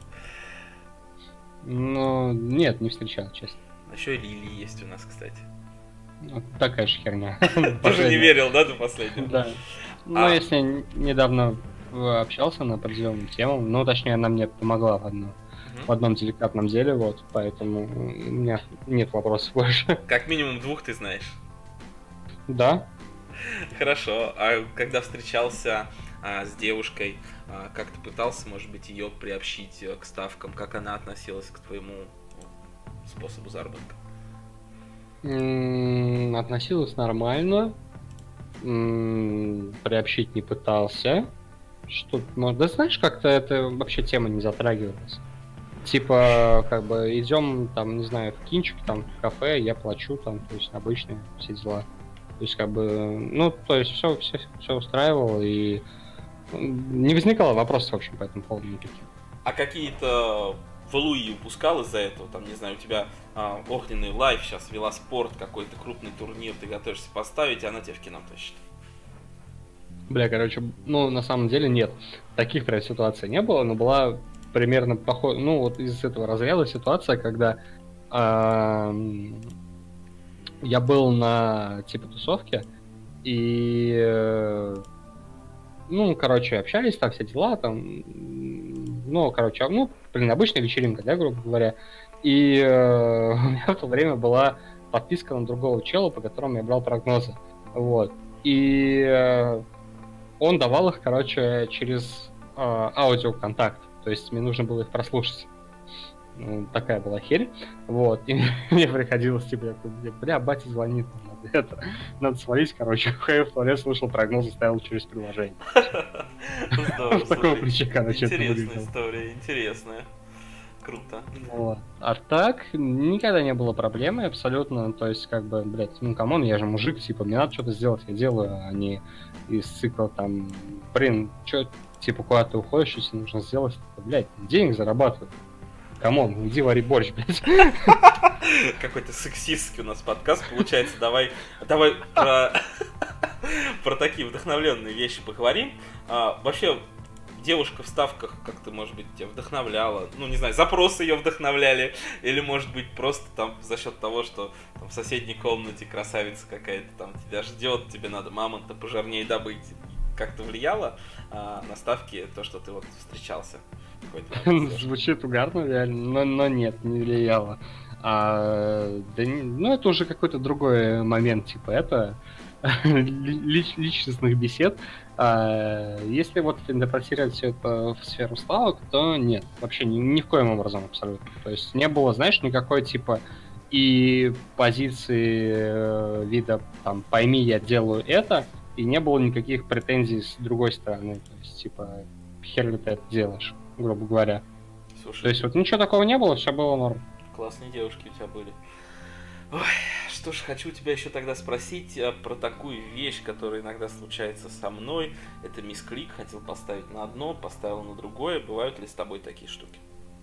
Ну, нет, не встречал, честно. Еще и Лили есть у нас, кстати. Вот такая же херня. Тоже не верил, да, до последнего? Да. Ну, если недавно общался на определенную тему, ну, точнее, она мне помогла в одном деликатном деле, вот, поэтому у меня нет вопросов больше. Как минимум 2 ты знаешь. Да. Хорошо. А когда встречался с девушкой, как ты пытался, может быть, ее приобщить к ставкам? Как она относилась к твоему способу заработка? Относилась нормально. Приобщить не пытался. Что, да знаешь, как-то это вообще тема не затрагивалась. Типа, как бы, идем, там, не знаю, в кинчик, там, в кафе, я плачу, там, то есть, обычные все дела. То есть, как бы, ну, то есть, все устраивало, и не возникало вопросов, в общем, по этому поводу никаких. А какие-то валуи упускал из-за этого? Там, не знаю, у тебя огненный лайф сейчас, велоспорт, какой-то крупный турнир, ты готовишься поставить, и она тебя в кино тащит. Бля, короче, ну, на самом деле нет. Таких прям ситуаций не было, но была примерно похожая, ну, вот из этого разряда ситуация, когда я был на, типа, тусовке, и, ну, короче, общались, там, все дела, там, ну, короче, ну, блин, обычная вечеринка, да, грубо говоря, и у меня в то время была подписка на другого чела, по которому я брал прогнозы, вот, и он давал их, короче, через аудиоконтакт, то есть мне нужно было их прослушать. Ну, такая была херь, вот, и мне приходилось, типа, бля, батя звонит, надо свалить, короче, ходил в туалет, слушал прогнозы, ставил через приложение. Здорово, Такого ключа, короче, это интересная выглядело. история, интересная. Круто. Вот. А так, никогда не было проблемы абсолютно, то есть, как бы, блядь, ну, камон, я же мужик, типа, мне надо что-то сделать, я делаю, а не из цикла, там, блин, чё, типа, куда ты уходишь, если нужно сделать, блядь, денег зарабатывать. Камон, иди вари борщ, блядь. Какой-то сексистский у нас подкаст получается. Давай про такие вдохновленные вещи поговорим. Вообще, девушка в ставках как-то, может быть, тебя вдохновляла? Ну, не знаю, запросы ее вдохновляли? Или, может быть, просто там за счет того, что там, в соседней комнате красавица какая-то там тебя ждет, тебе надо мамонта пожирнее добыть? Как-то влияло на ставки то, что ты вот встречался? Звучит угарно, реально, но нет, не влияло. Ну, это уже какой-то другой момент, типа, это личностных бесед. Если вот интерпретировать все это в сферу ставок, то нет, вообще ни в коем образом абсолютно. То есть не было, знаешь, никакой, типа, и позиции вида, там, пойми, я делаю это, и не было никаких претензий с другой стороны. То есть, типа, хер ли ты это делаешь, грубо говоря. Слушай, то есть вот ничего такого не было, все было норм. Классные девушки у тебя были. Ой, что ж, хочу тебя еще тогда спросить про такую вещь, которая иногда случается со мной. Это мисклик, хотел поставить на одно, поставил на другое. Бывают ли с тобой такие штуки?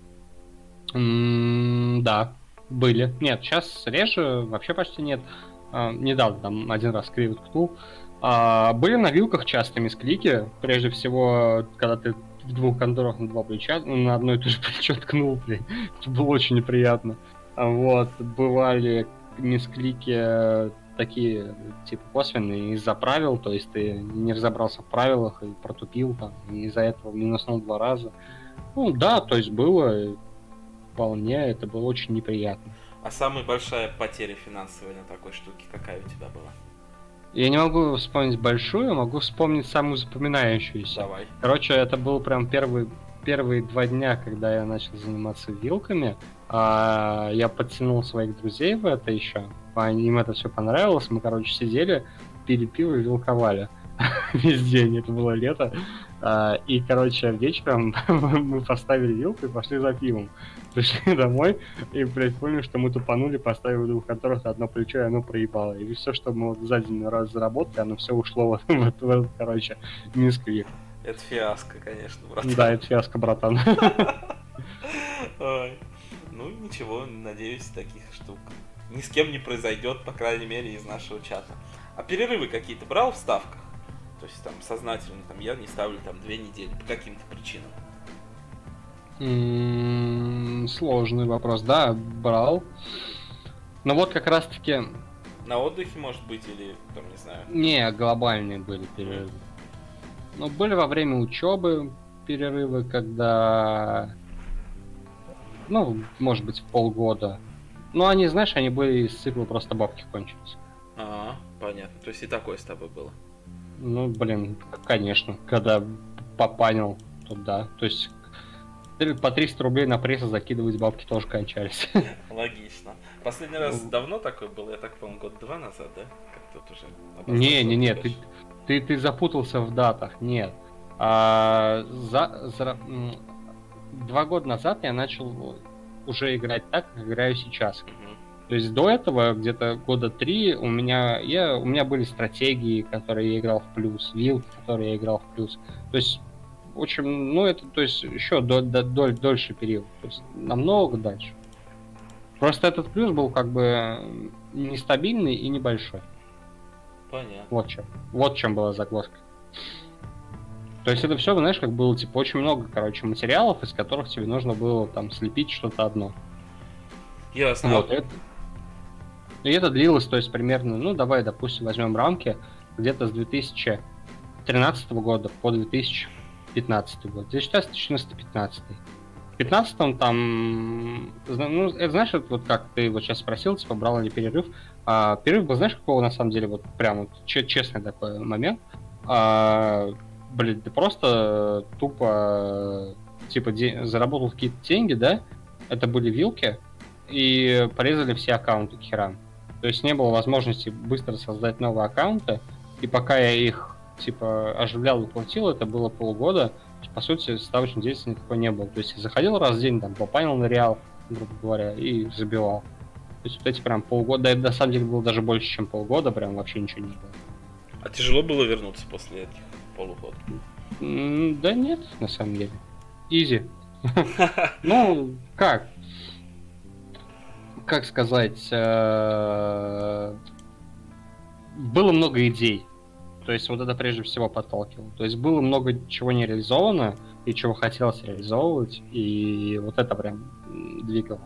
Да, были. Нет, сейчас реже, вообще почти нет. Недавно там один раз криво ткнул. Были на вилках часто мисклики. Прежде всего, когда ты в двух конторах на два плеча, на одно и то же плечо ткнул, блин. Это было очень неприятно. Вот, бывали мисклики такие, типа, косвенные из-за правил, то есть ты не разобрался в правилах и протупил там, и из-за этого минуснул 2 раза. Ну да, то есть было вполне, это было очень неприятно. А самая большая потеря финансовая на такой штуке какая у тебя была? Я не могу вспомнить большую, могу вспомнить самую запоминающуюся. Давай. Короче, это был прям первые 2 дня, когда я начал заниматься вилками. Я подтянул своих друзей в это еще. Им это все понравилось. Мы, короче, сидели, пили пиво и вилковали. Весь день, это было лето. И, короче, вечером мы поставили вилку и пошли за пивом. Пришли домой и, блядь, поняли, что мы тупанули, поставили в 2 конторах одно плечо, и оно проебало. И все, что мы вот за день раз заработали, оно все ушло в этот, короче, мисклик. Это фиаско, конечно, братан. Да, это фиаско, братан. Ой. Ну, ничего, надеюсь, таких штук ни с кем не произойдет, по крайней мере, из нашего чата. А перерывы какие-то брал в ставках? То есть там сознательно, там я не ставлю там 2 недели по каким-то причинам. Сложный вопрос, да, брал. Но вот как раз-таки На отдыхе, может быть, или там, не знаю. Не, глобальные были перерывы. Ну, были во время учебы перерывы, когда, ну, может быть, в полгода. Ну, они, знаешь, они были из цикла «Просто бабки кончились». Понятно. То есть и такое с тобой было. Ну, блин, конечно, когда попанил, то да. То есть по 300 рублей на пресса закидывать бабки тоже кончались. Логично. Последний раз давно такой был, я так понял, год-два назад, да? Как тут уже Не, ты запутался в датах, нет. 2 года назад я начал уже играть так, как играю сейчас. То есть до этого, где-то года 3, у меня были стратегии, которые я играл в плюс, вилки, которые я играл в плюс. То есть очень, ну это, то есть еще дольше период, то есть намного дальше. Просто этот плюс был как бы нестабильный и небольшой. Понятно. Вот в чем была загвоздка. То есть это все, знаешь, как было, типа, очень много, короче, материалов, из которых тебе нужно было там слепить что-то одно. Ясно. Вот, и это длилось, то есть примерно, ну, давай, допустим, возьмем рамки где-то с 2013 года по 2015 год. 2014-2015. В 15-м там, ну, это, знаешь, вот как ты вот сейчас спросил, типа, брал ли перерыв. Перерыв был, знаешь, какого на самом деле, вот прям вот честный такой момент. Блин, ты просто тупо, типа, заработал какие-то деньги, да? Это были вилки, и порезали все аккаунты к херам. То есть не было возможности быстро создать новые аккаунты, и пока я их, типа, оживлял и платил, это было полгода, по сути, ставочной деятельности никакой не было. То есть я заходил раз в день, там, попанил на реал, грубо говоря, и забивал. То есть вот эти прям полгода, да, это на самом деле было даже больше, чем полгода, прям вообще ничего не было. А тяжело было вернуться после этих полугода? Да нет, на самом деле. Изи. Ну, как? Как сказать? Было много идей. То есть вот это прежде всего подталкивало. То есть было много чего не реализовано, и чего хотелось реализовывать, и вот это прям двигало.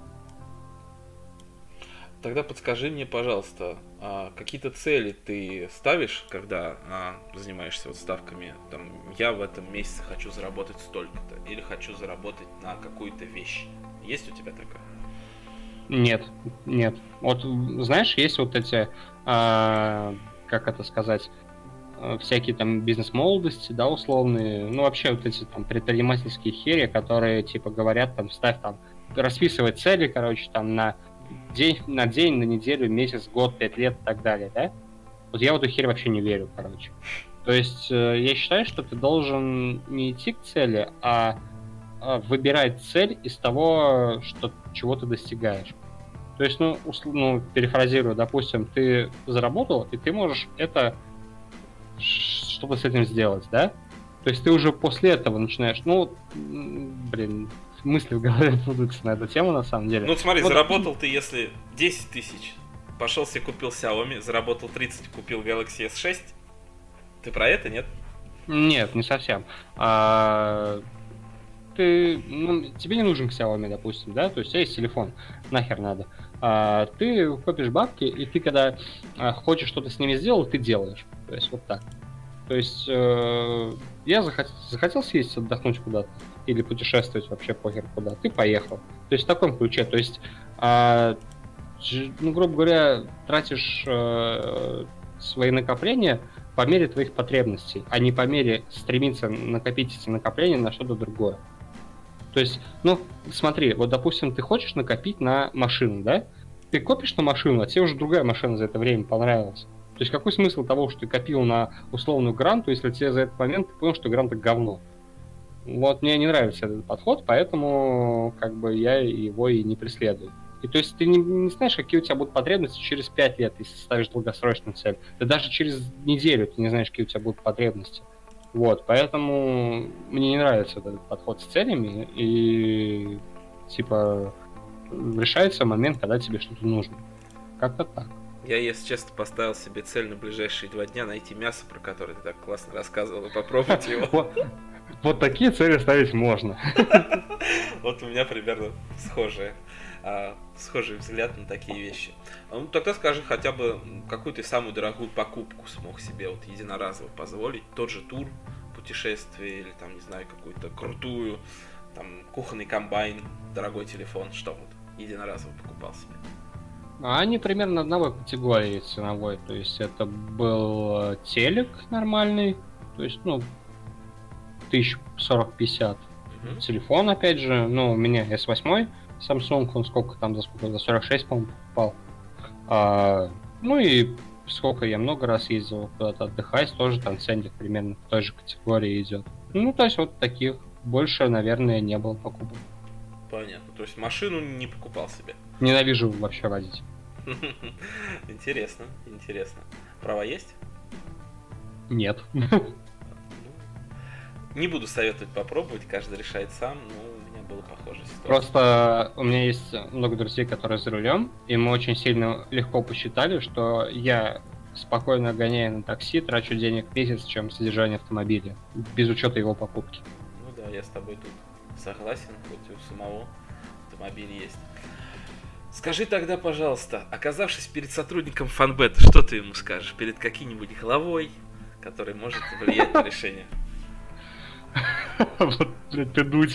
Тогда подскажи мне, пожалуйста, какие-то цели ты ставишь, когда занимаешься вот ставками? Там, я в этом месяце хочу заработать столько-то, или хочу заработать на какую-то вещь. Есть у тебя такое? Нет. Вот, знаешь, есть вот эти, как это сказать, всякие там бизнес-молодости, да, условные, ну, вообще вот эти там предпринимательские хери, которые, типа, говорят, там, ставь там, расписывай цели, короче, там, на день, на неделю, месяц, год, 5 лет и так далее, да? Вот я в эту херь вообще не верю, короче. То есть я считаю, что ты должен не идти к цели, а выбирать цель из того, чего ты достигаешь. То есть, ну, перефразирую, допустим, ты заработал, и ты можешь что-то с этим сделать, да? То есть ты уже после этого начинаешь, мысли в голове путаются на эту тему, на самом деле. Ну, смотри, вот, заработал ты, если 10 тысяч, пошел себе купил Xiaomi, заработал 30, купил Galaxy S6, ты про это, нет? Нет, не совсем. Тебе не нужен Xiaomi, допустим, да? То есть у тебя есть телефон, нахер надо. Ты копишь бабки, и ты, когда хочешь что-то с ними сделать, ты делаешь. То есть вот так. То есть я захотел съездить отдохнуть куда-то или путешествовать вообще похер куда, ты поехал. То есть в таком ключе. То есть, грубо говоря, тратишь свои накопления по мере твоих потребностей, а не по мере стремиться накопить эти накопления на что-то другое. То есть, смотри, вот, допустим, ты хочешь накопить на машину, да? Ты копишь на машину, а тебе уже другая машина за это время понравилась. То есть, какой смысл того, что ты копил на условную гранту, если тебе за этот момент ты понял, что гранта говно? Вот мне не нравится этот подход, поэтому как бы я его и не преследую. И то есть ты не знаешь, какие у тебя будут потребности через 5 лет, если ставишь долгосрочную цель. Да даже через неделю ты не знаешь, какие у тебя будут потребности. Вот, поэтому мне не нравится вот этот подход с целями, и типа решается момент, когда тебе что-то нужно. Как-то так. Я, если честно, поставил себе цель на ближайшие 2 дня найти мясо, про которое ты так классно рассказывал, и попробовать его. Вот такие цели ставить можно. Вот у меня примерно схожий взгляд на такие вещи. Ну, тогда скажи хотя бы, какую ты самую дорогую покупку смог себе вот единоразово позволить. Тот же тур, путешествие или там, не знаю, какую-то крутую, там, кухонный комбайн, дорогой телефон, что вот единоразово покупал себе. Они примерно одного категории ценовой. То есть это был телек нормальный, то есть, 1040-50. Телефон, опять же, у меня S8 Samsung, он за 46, по-моему, покупал. И сколько я много раз ездил куда-то отдыхать, тоже там ценник примерно в той же категории идет. То есть вот таких больше, наверное, не было покупок. Понятно, то есть машину не покупал себе? Ненавижу вообще водить. Интересно. Права есть? Нет. Не буду советовать попробовать, каждый решает сам, но у меня была похожая ситуация. Просто у меня есть много друзей, которые за рулем, и мы очень сильно легко посчитали, что я спокойно гоняя на такси, трачу денег в месяц, чем содержание автомобиля, без учета его покупки. Ну да, я с тобой тут согласен, хоть и у самого автомобиль есть. Скажи тогда, пожалуйста, оказавшись перед сотрудником Фанбета, что ты ему скажешь? Перед каким-нибудь главой, который может влиять на решение? Вот, блядь, ты дуть.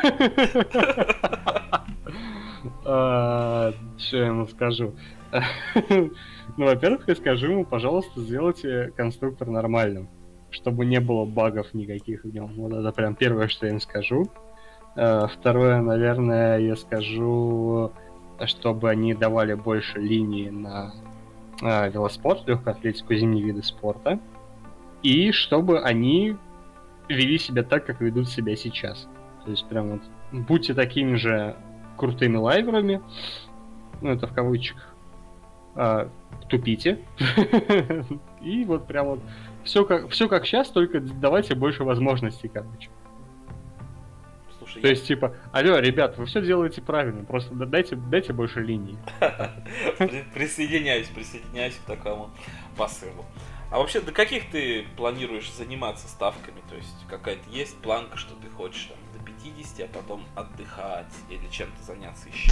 Что я ему скажу? Во-первых, я скажу ему, пожалуйста, сделайте конструктор нормальным, чтобы не было багов никаких в нем. Вот это прям первое, что я им скажу. Второе, наверное, я скажу, чтобы они давали больше линий на велоспорт, легкую атлетику, зимние виды спорта. И чтобы они вели себя так, как ведут себя сейчас. То есть прям вот будьте такими же крутыми лайверами, это в кавычках, тупите. И вот прям вот все как сейчас, только давайте больше возможностей, короче. Слушай, то есть, типа, алло, ребят, вы все делаете правильно, просто дайте больше линий. Присоединяюсь к такому посылу. А вообще, до каких ты планируешь заниматься ставками? То есть, какая-то есть планка, что ты хочешь там, до 50, а потом отдыхать или чем-то заняться еще?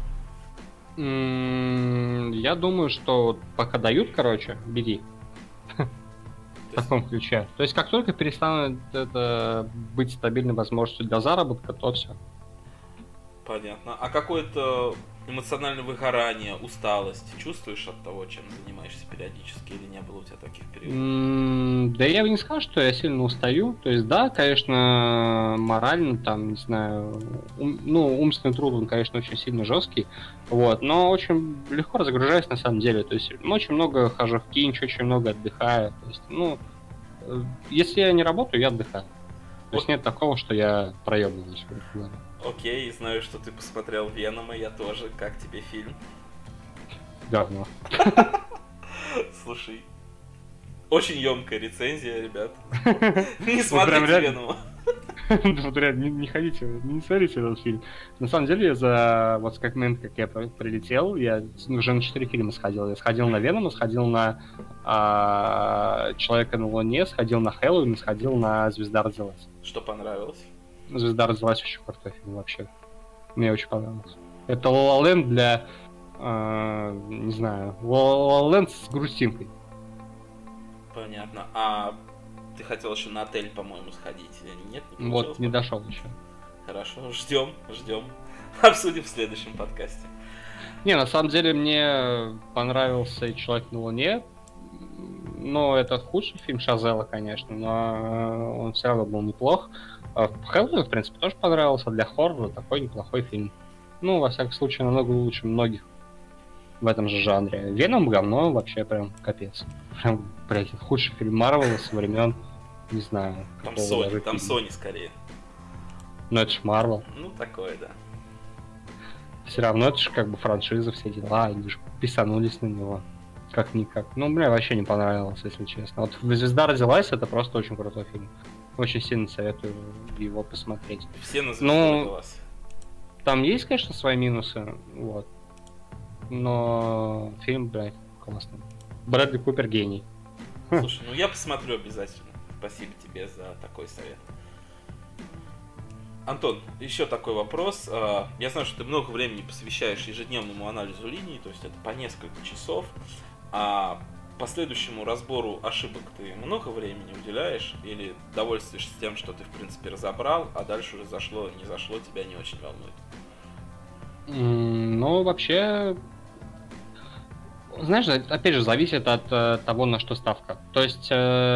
Я думаю, что пока дают, короче, бери. В таком ключе. То есть, как только перестанет это быть стабильной возможностью для заработка, то все. Понятно. А какое-то эмоциональное выгорание, усталость чувствуешь от того, чем занимаешься периодически, или не было у тебя таких периодов? Да я бы не сказал, что я сильно устаю. То есть, да, конечно, морально, там, не знаю, умственный труд, он, конечно, очень сильно жесткий, вот, но очень легко разгружаюсь на самом деле. То есть, очень много хожу в кинч, очень много отдыхаю. То есть, если я не работаю, я отдыхаю. То есть, нет такого, что я проебываюсь. Окей, знаю, что ты посмотрел Венома, я тоже. Как тебе фильм? Говно. Слушай, очень емкая рецензия, ребят. Не смотрите Венома. Вот реально, не ходите, не смотрите этот фильм. На самом деле, с как момент, как я прилетел, я уже на 4 фильма сходил. Я сходил на Венома, сходил на Человека на Луне, сходил на Хэллоуин, сходил на Звезда родилась. Что понравилось? Звезда родилась очень крутой фильм вообще. Мне очень понравился. Это La La Land для... не знаю... La La Land с грустинкой. Понятно. А ты хотел еще на отель, по-моему, сходить или нет? Вот, не дошел еще. Хорошо, ждем. Обсудим в следующем подкасте. Не, на самом деле мне понравился и Человек на Луне. Это худший фильм Шазела, конечно, но он все равно был неплох. Хэллоуин, в принципе, тоже понравился. Для хоррора такой неплохой фильм. Во всяком случае, намного лучше многих в этом же жанре. Веном говно вообще прям капец. Прям, блядь, худший фильм Марвела со времен, не знаю. Там Sony скорее. Это ж Марвел. Такое, да. Все равно это же как бы франшиза, все дела, они же писанулись на него. Как-никак. Мне вообще не понравилось, если честно. Вот «Звезда родилась» — это просто очень крутой фильм. Очень сильно советую его посмотреть. Все на «Звезду родилась». Там есть, конечно, свои минусы, вот. Но фильм, блядь, классный. Брэдли Купер гений. Слушай, я посмотрю обязательно. Спасибо тебе за такой совет. Антон, еще такой вопрос. Я знаю, что ты много времени посвящаешь ежедневному анализу линий, то есть это по несколько часов. А последующему разбору ошибок ты много времени уделяешь или довольствуешься тем, что ты в принципе разобрал, а дальше уже зашло, не зашло, тебя не очень волнует? Ну, вообще, знаешь, опять же, зависит от того, на что ставка. То есть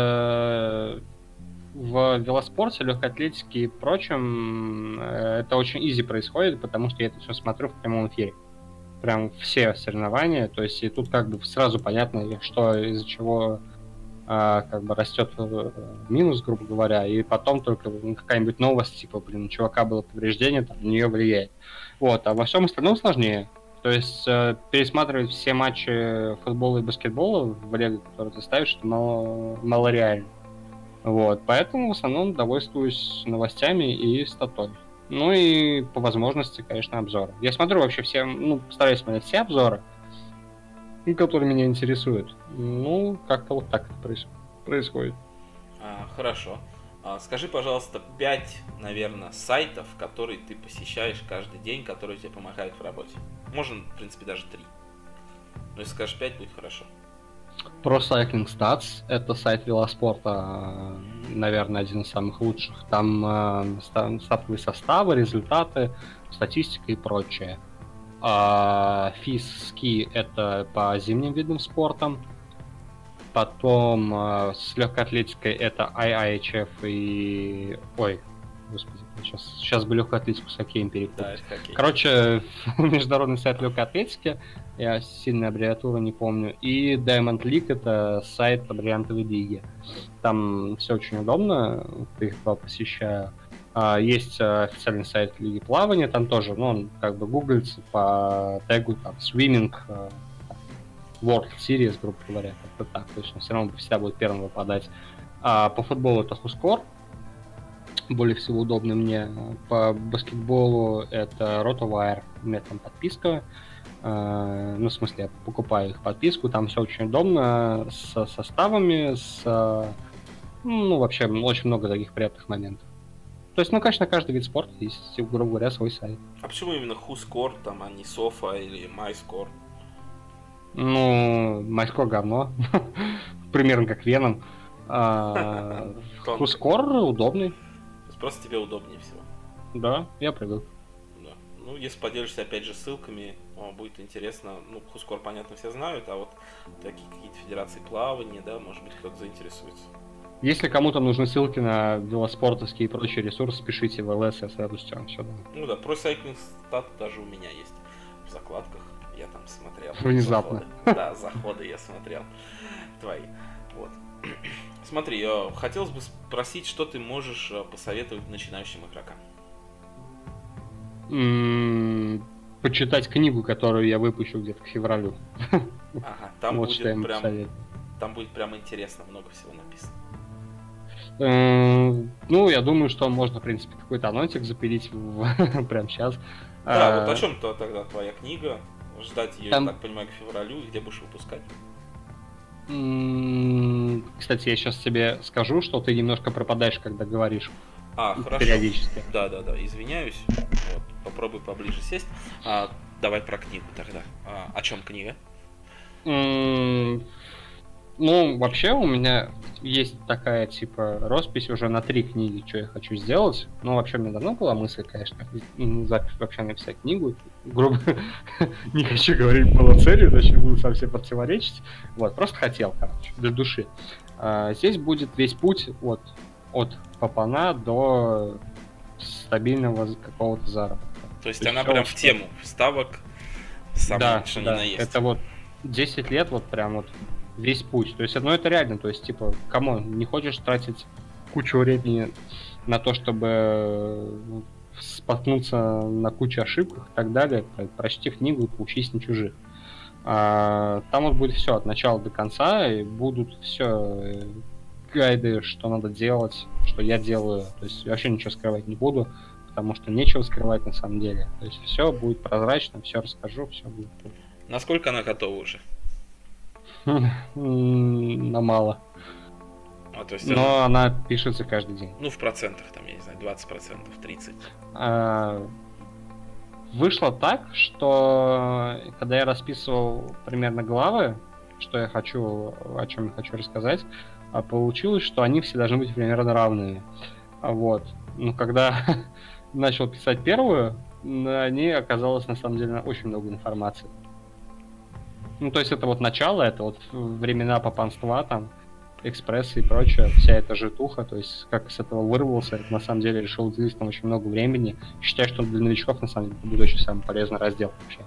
в велоспорте, легкой атлетике и прочем это очень изи происходит, потому что я это все смотрю в прямом эфире. Прям все соревнования, то есть и тут как бы сразу понятно, что из-за чего как бы растет минус, грубо говоря, и потом только какая-нибудь новость, типа, блин, у чувака было повреждение, там, на нее влияет. Вот, а во всем остальном сложнее. То есть пересматривать все матчи футбола и баскетбола в Лего, которые ты ставишь, это мало реально. Вот, поэтому в основном довольствуюсь новостями и статой. Ну и по возможности, конечно, обзоры. Я смотрю вообще все, ну, стараюсь смотреть все обзоры, которые меня интересуют. Ну, как-то вот так это происходит. Хорошо. Скажи, пожалуйста, 5, наверное, сайтов, которые ты посещаешь каждый день, которые тебе помогают в работе. Можно, в принципе, даже 3. Но если скажешь 5, будет хорошо. Pro Cycling Stats — это сайт велоспорта, наверное, один из самых лучших. Там стартовые составы, результаты, статистика и прочее. FIS Ski — это по зимним видам спорта. Потом с легкой атлетикой это IIHF и... Ой, господи, сейчас бы легкую атлетику с хоккеем перепутать. Да, это хоккей. Короче, международный сайт легкой атлетики, я сильно аббревиатуру не помню. И Diamond League — это сайт по бриллиантовой лиге. Там все очень удобно, их два посещаю. Есть официальный сайт Лиги плавания, там тоже, ну, он как бы гуглится по тегу там swimming, World Series, грубо говоря, как-то так. То есть он все равно всегда будет первым выпадать. А по футболу это Хускор, более всего удобный мне. По баскетболу это RotoWire, у меня там подписка. Ну, в смысле, я покупаю их подписку, там все очень удобно, с составами, ну, вообще, очень много таких приятных моментов. То есть, ну, конечно, каждый вид спорта есть, грубо говоря, свой сайт. А почему именно Хускор, там, а не Софа или MyScore? Ну, MyScore говно. Примерно как Веном. Хускор удобный. То есть просто тебе удобнее всего. Да, я привык. Да. Ну, если поделишься, опять же, ссылками, будет интересно. Ну, Хускор, понятно, все знают, а вот такие какие-то федерации плавания, да, может быть, кто-то заинтересуется. Если кому-то нужны ссылки на велоспортовские и прочие ресурсы, пишите в ЛС, я с радостью вам все дам. Ну да, Pro Cycling Stat даже у меня есть в закладках. Я там смотрел. Внезапно. Да, заходы я смотрел. Твои. Вот. Смотри, хотелось бы спросить, что ты можешь посоветовать начинающим игрокам? Почитать книгу, которую я выпущу где-то к февралю. Ага, там вот будет прям интересно, много всего написано. Ну, я думаю, что можно, в принципе, какой-то анонсик запилить прямо сейчас. Да, вот о чем-то тогда твоя книга? Ждать ее, я так понимаю, к февралю, и где будешь выпускать? Кстати, я сейчас тебе скажу, что ты немножко пропадаешь, когда говоришь. Хорошо. Периодически. Да, извиняюсь. Вот, попробуй поближе сесть. Давай про книгу тогда. О чем книга? Ну, вообще у меня есть такая, типа, роспись уже на 3 книги, что я хочу сделать. Ну, вообще, у меня давно была мысль, конечно, вообще написать книгу. Грубо не хочу говорить, было целью, иначе буду совсем противоречить. Вот, просто хотел, короче, для души. Здесь будет весь путь от папана до стабильного какого-то заработка. То есть она прям в тему вставок, самое что ни на есть. Это вот 10 лет вот прям вот весь путь. То есть, это реально, то есть, типа, камон, не хочешь тратить кучу времени на то, чтобы споткнуться на кучу ошибок и так далее, прочти книгу и поучись на чужих. Там вот будет все от начала до конца, и будут все гайды, что надо делать, что я делаю. То есть, я вообще ничего скрывать не буду, потому что нечего скрывать на самом деле. То есть, все будет прозрачно, все расскажу, все будет. Насколько она готова уже? На мало. То есть Но она пишется каждый день. Ну, в процентах, там, я не знаю, 20%, 30%. Вышло так, что когда я расписывал примерно главы, что я хочу, о чем я хочу рассказать, получилось, что они все должны быть примерно равными. Вот. Но когда начал писать первую, на ней оказалось на самом деле очень много информации. Ну, то есть это вот начало, это вот времена попанства, там, экспрессы и прочее, вся эта житуха, то есть как с этого вырвался, это на самом деле решил уделить там очень много времени. Считаю, что для новичков на самом деле это будет очень самый полезный раздел вообще.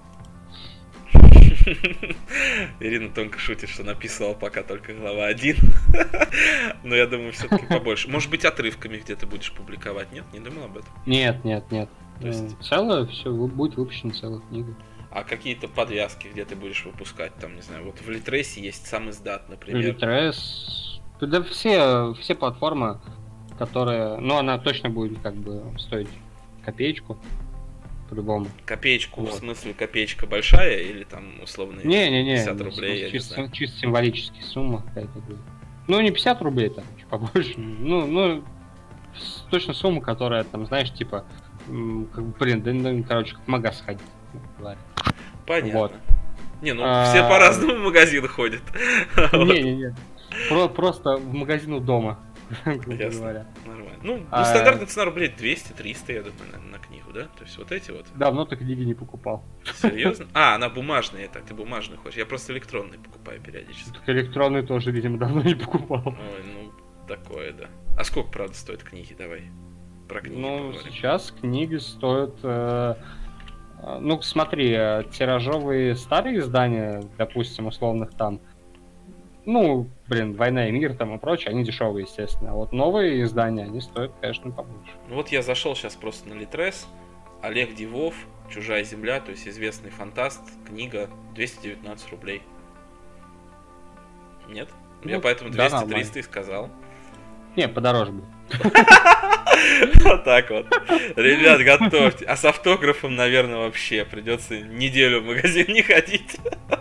Ирина тонко шутит, что написывал пока только глава 1. Но я думаю, все-таки побольше. Может быть, отрывками где-то будешь публиковать, нет? Не думал об этом? Нет. То есть... Целое, все будет выпущена целая книга. А какие-то подвязки, где ты будешь выпускать, там, не знаю, вот в Литресе есть сам издат, например. Литрес... Да все платформы, которые... Ну, она точно будет как бы стоить копеечку, по-любому. Копеечку, вот. В смысле копеечка большая или там условно 50 рублей? Чисто символическая сумма какая-то будет. Ну, не 50 рублей, там, чуть побольше. Ну, точно сумма, которая, там, знаешь, типа, короче, как в магаз сходить. Понятно. Вот. Не, ну все по-разному в магазин ходят. Не. Просто в магазин у дома, грубо говоря. Нормально. Ну, стандартная цена рублей 200-300, я думаю, на книгу, да? То есть вот эти вот. Давно ты книги не покупал. Серьезно? Она бумажная, так, ты бумажную хочешь. Я просто электронный покупаю периодически. Так электронный тоже, видимо, давно не покупал. Ой, ну, такое, да. А сколько, правда, стоят книги? Давай про книги поговорим. Сейчас книги стоят... Ну, смотри, тиражовые старые издания, допустим, условных там, ну, «Война и мир» там и прочее, они дешевые, естественно. А вот новые издания, они стоят, конечно, побольше. Ну вот я зашел сейчас просто на Литрес, Олег Дивов, «Чужая земля», то есть известный фантаст, книга 219 рублей. Нет? Я поэтому 200-300 и сказал. Не, подороже будет. Вот так вот. Ребят, готовьте. А с автографом, наверное, вообще придется неделю в магазин не ходить.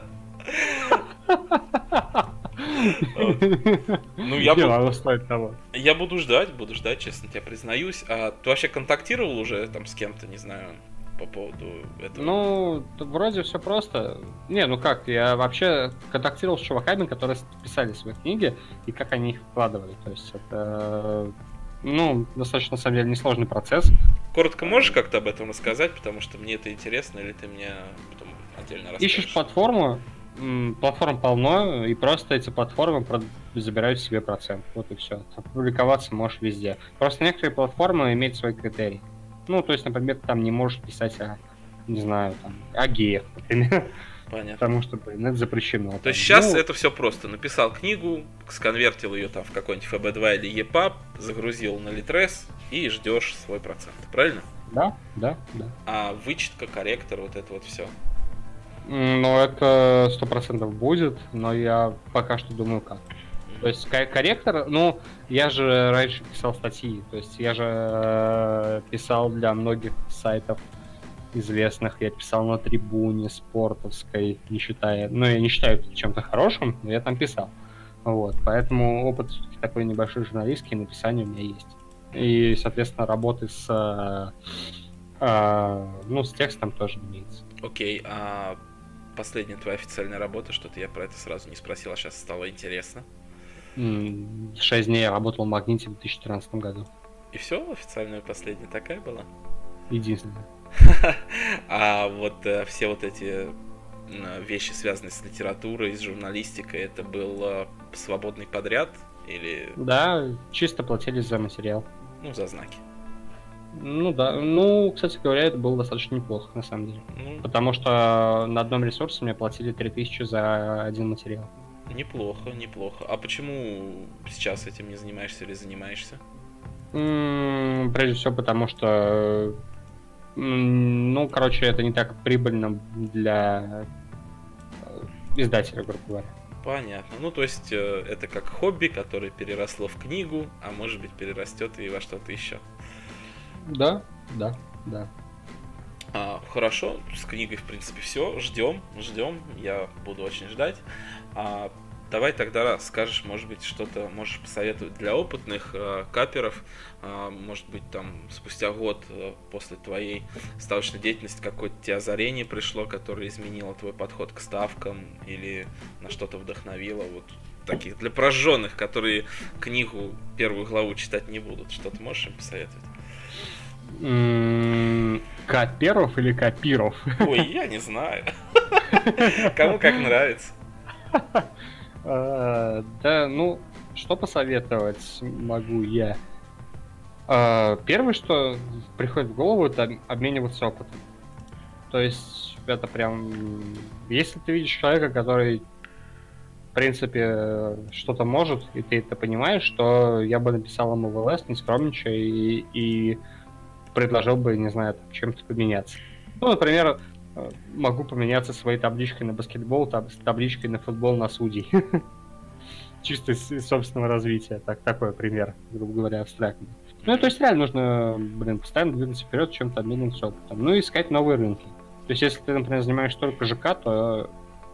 Ну, я буду ждать, честно тебе признаюсь. А ты вообще контактировал уже там с кем-то, не знаю, по поводу этого? Ну, вроде все просто. Не, ну как, я вообще контактировал с чуваками, которые писали свои книги, и как они их вкладывали. То есть это, достаточно, на самом деле, несложный процесс. Коротко можешь как-то об этом рассказать, потому что мне это интересно, или ты мне потом отдельно расскажешь? Ищешь платформу, платформ полно, и просто эти платформы забирают себе процент. Вот и все. Публиковаться можешь везде. Просто некоторые платформы имеют свои критерии. Ну, то есть, например, ты там не можешь писать о геях, например. Понятно. Потому что, это запрещено. То есть сейчас это все просто. Написал книгу, сконвертил ее там в какой-нибудь FB2 или EPUB, загрузил на Litres и ждешь свой процент. Правильно? Да. А вычетка, корректор, вот это вот все. Ну, это 100% будет, но я пока что думаю как. То есть корректор, я же раньше писал статьи, то есть я же писал для многих сайтов известных, я писал на Трибуне, Спортовской, я не считаю это чем-то хорошим, но я там писал. Вот, поэтому опыт все-таки такой небольшой журналистский, написания у меня есть. И, соответственно, работы с текстом тоже имеется. Окей, а последняя твоя официальная работа, что-то я про это сразу не спросил, а сейчас стало интересно. 6 дней я работал в Магните в 2014 году. И все, официальная последняя такая была? Единственная. А вот все вот эти вещи, связанные с литературой, с журналистикой, это был свободный подряд? Или... Да, чисто платили за материал. Ну, за знаки. Ну да, кстати говоря, это было достаточно неплохо, на самом деле. Потому что на одном ресурсе мне платили 3000 за один материал. Неплохо. А почему сейчас этим не занимаешься или занимаешься? Прежде всего потому, что это не так прибыльно для издателя, грубо говоря. Понятно. То есть это как хобби, которое переросло в книгу, а может быть перерастет и во что-то еще. Да. Хорошо, с книгой в принципе все. Ждем. Я буду очень ждать. давай тогда скажешь, может быть, что-то можешь посоветовать для опытных каперов, может быть, там, спустя год после твоей ставочной деятельности какое-то тебе озарение пришло, которое изменило твой подход к ставкам или на что-то вдохновило, вот таких для прожженных, которые книгу, первую главу читать не будут. Что ты можешь им посоветовать? Каперов или копиров? Ой, я не знаю. Кому как нравится. Да, ну, что посоветовать могу я? Первое, что приходит в голову, это обмениваться опытом. То есть, это прям... Если ты видишь человека, который, в принципе, что-то может, и ты это понимаешь, то я бы написал ему в ЛС, не скромничая, и предложил бы, не знаю, чем-то поменяться. Ну, например, могу поменяться своей табличкой на баскетбол, табличкой на футбол, на судей. Чисто из собственного развития. Такой пример, грубо говоря, абстрактный. Ну, то есть реально нужно, постоянно двигаться вперед, чем-то обмениваться опытом. Ну, и искать новые рынки. То есть, если ты, например, занимаешься только ЖК, то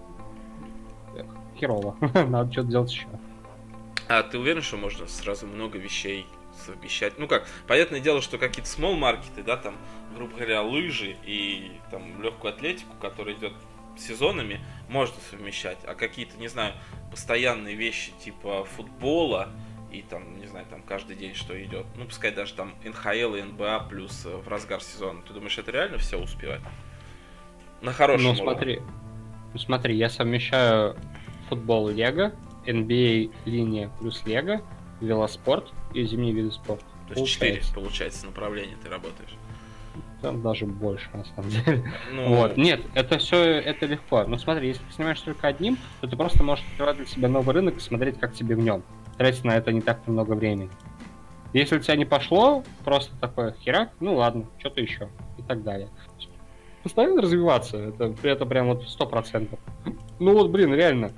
херово. Надо что-то делать еще. А ты уверен, что можно сразу много вещей совмещать? Ну как, понятное дело, что какие-то смол-маркеты, да, там, грубо говоря, лыжи и там легкую атлетику, которая идет сезонами, можно совмещать, а какие-то, не знаю, постоянные вещи типа футбола и там, не знаю, там каждый день что идет, ну пускай даже там НХЛ и НБА плюс в разгар сезона, ты думаешь, это реально все успевать? На хорошем уровне. Ну смотри, я совмещаю футбол Лего, NBA линия плюс Лего, велоспорт и зимние виды спорта. То есть 4, получается, направления ты работаешь. Там даже больше, на самом деле. Ну... Вот. Нет, это все это легко. Но смотри, если ты снимаешь только одним, то ты просто можешь открывать для себя новый рынок и смотреть, как тебе в нем. Тратить на это не так много времени. Если у тебя не пошло, просто такое херак, ну ладно, что-то еще. И так далее. Постоянно развиваться, это прям вот 100%. Ну вот, блин, реально.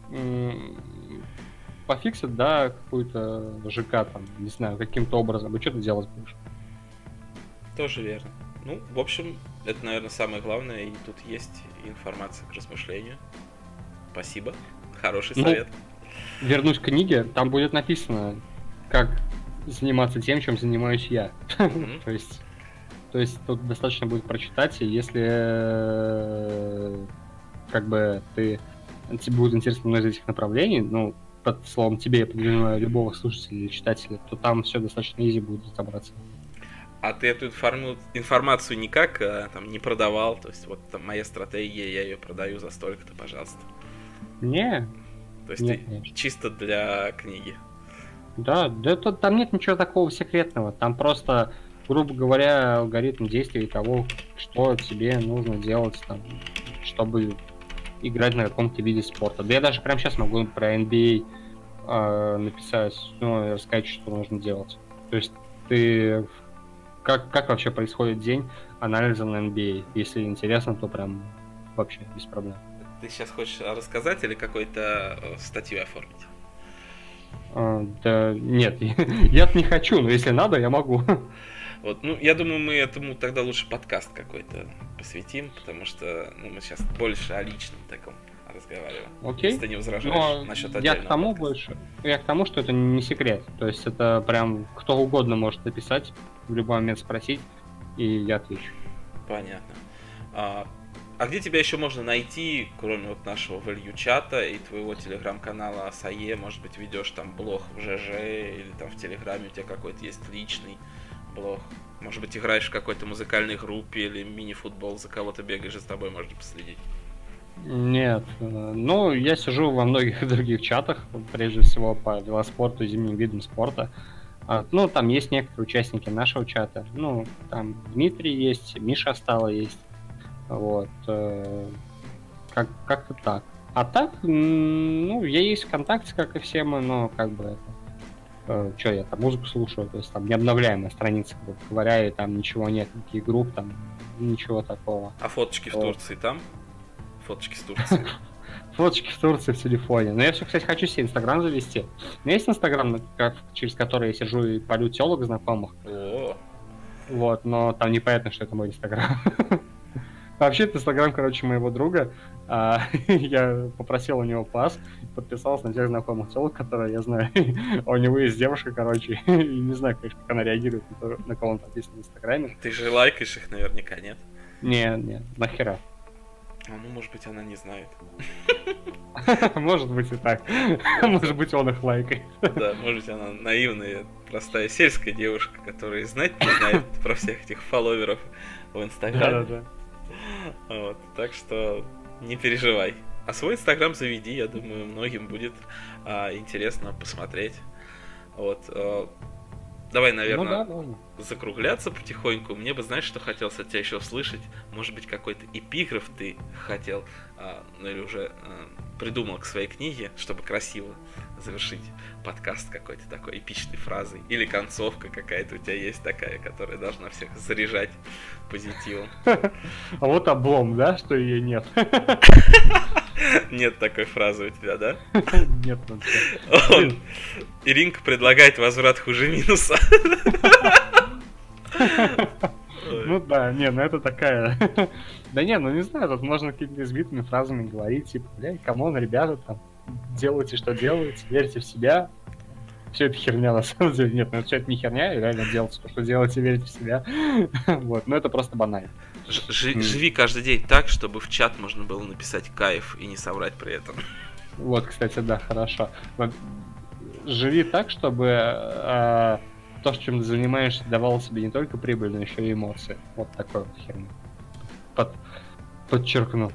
Пофиксят, да, какую-то ЖК там, не знаю, каким-то образом. И что ты делать будешь? Тоже верно. Ну, в общем, это, наверное, самое главное, и тут есть информация к размышлению. Спасибо. Хороший совет. Вернусь к книге, там будет написано, как заниматься тем, чем занимаюсь я. То есть тут достаточно будет прочитать, и если как бы тебе будет интересно одно из этих направлений, ну, под словом «тебе» я подразумеваю любого слушателя или читателя, то там все достаточно изи будет разобраться. А ты эту информацию никак там не продавал? То есть вот там моя стратегия, я ее продаю за столько-то, пожалуйста. Не. То есть нет, ты чисто для книги. Да, там нет ничего такого секретного. Там просто, грубо говоря, алгоритм действий того, что тебе нужно делать, там, чтобы играть на каком-то виде спорта. Да я даже прямо сейчас могу про NBA написать, ну, рассказать, что нужно делать. То есть ты... Как вообще происходит день анализа на NBA? Если интересно, то прям вообще без проблем. Ты сейчас хочешь рассказать или какой-то статью оформить? Да нет, я-то не хочу, но если надо, я могу. Вот, ну, я думаю, мы этому тогда лучше подкаст какой-то посвятим, потому что мы сейчас больше о личном таком разговариваем. Окей. Если ты не возражаешь насчет отдельного я к тому подкаста. больше. Я к тому, что это не секрет. То есть это прям кто угодно может написать, в любой момент спросить, и я отвечу. Понятно. А где тебя еще можно найти, кроме вот нашего value-чата и твоего телеграм-канала АСАЕ? Может быть, ведешь там блог в ЖЖ или там в Телеграме у тебя какой-то есть личный блог? Может быть, играешь в какой-то музыкальной группе или мини-футбол, за кого-то бегаешь, и с тобой можно последить? Нет. Ну, я сижу во многих других чатах, прежде всего по велоспорту и зимним видам спорта. Ну, там есть некоторые участники нашего чата. Ну, там Дмитрий есть, Миша Стала есть. Вот. Как-то так. А так, ну, я есть ВКонтакте, как и все мы, но как бы это... Что, я там музыку слушаю, то есть там необновляемая страница, грубо говоря, и там ничего нет, никаких групп, там ничего такого. А фоточки в Турции там? Фоточки с Турции? Фоточки в Турции в телефоне. Но я все, кстати, хочу себе Инстаграм завести. У меня есть Инстаграм, через который я сижу и полю телок знакомых. Вот, но там непонятно, что это мой Инстаграм. Вообще, это Инстаграм, короче, моего друга. Я попросил у него пас, подписался на тех знакомых телок, которые я знаю. А у него есть девушка, короче, и не знаю, конечно, как она реагирует на кого он подписан в Инстаграме. Ты же лайкаешь их наверняка, нет? Не, нахера. Ну, может быть, она не знает. Может быть и так. Может быть, он их лайкает. Да, может быть, она наивная, простая сельская девушка, которая знать не знает про всех этих фолловеров в Инстаграме. Да. Вот, так что не переживай. А свой Инстаграм заведи, я думаю, многим будет интересно посмотреть. Вот. Давай, наверное, закругляться потихоньку. Мне бы, знаешь, что хотелось от тебя еще услышать? Может быть, какой-то эпиграф ты хотел, ну или уже придумал к своей книге, чтобы красиво завершить подкаст какой-то такой эпичной фразой. Или концовка какая-то у тебя есть такая, которая должна всех заряжать позитивом. А вот облом, да, что ее нет? Нет такой фразы у тебя, да? Нет. Иринка предлагает возврат хуже минуса. Ну да, ну это такая... Да не знаю, тут можно какими-то избитыми фразами говорить, типа, блядь, камон, ребята, там, делайте, что делаете, верьте в себя. Все это херня, на самом деле. Нет, ну все это не херня, реально делайте то, что делаете, верьте в себя. Вот, но это просто банально. Живи каждый день так, чтобы в чат можно было написать кайф и не соврать при этом. Вот, кстати, да, хорошо. Живи так, чтобы то, чем ты занимаешься, давало себе не только прибыль, но еще и эмоции. Вот такой вот херня. Подчеркну.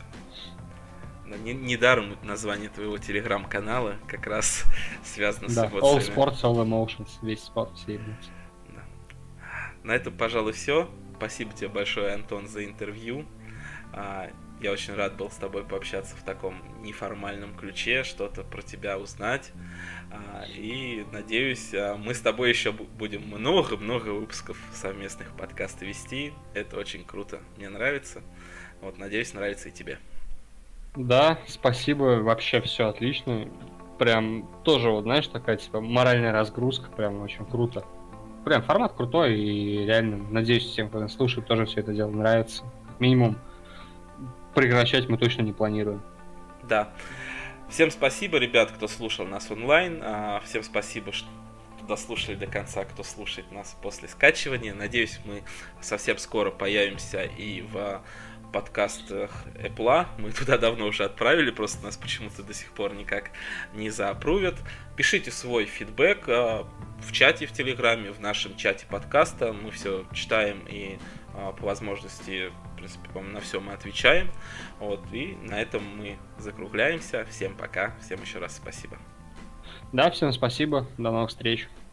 Недаром название твоего телеграм-канала как раз связано с эмоциями. All sports, all emotions. Весь спорт, все эмоции. Да. На этом, пожалуй, все. Спасибо тебе большое, Антон, за интервью. Я очень рад был с тобой пообщаться в таком неформальном ключе, что-то про тебя узнать. И надеюсь, мы с тобой еще будем много-много выпусков совместных подкастов вести. Это очень круто, мне нравится. Вот, надеюсь, нравится и тебе. Да, спасибо, вообще все отлично. Прям тоже, вот знаешь, такая типа моральная разгрузка, прям очень круто. Прям формат крутой, и реально, надеюсь, всем, кто нас слушает, тоже все это дело нравится. Минимум, прекращать мы точно не планируем. Да. Всем спасибо, ребят, кто слушал нас онлайн. Всем спасибо, что дослушали до конца, кто слушает нас после скачивания. Надеюсь, мы совсем скоро появимся и в подкастах Apple. Мы туда давно уже отправили, просто нас почему-то до сих пор никак не заапрувят. Пишите свой фидбэк в чате в Телеграме, в нашем чате подкаста. Мы все читаем и по возможности, в принципе, по-моему, на все мы отвечаем. Вот, и на этом мы закругляемся. Всем пока, всем еще раз спасибо. Да, всем спасибо, до новых встреч.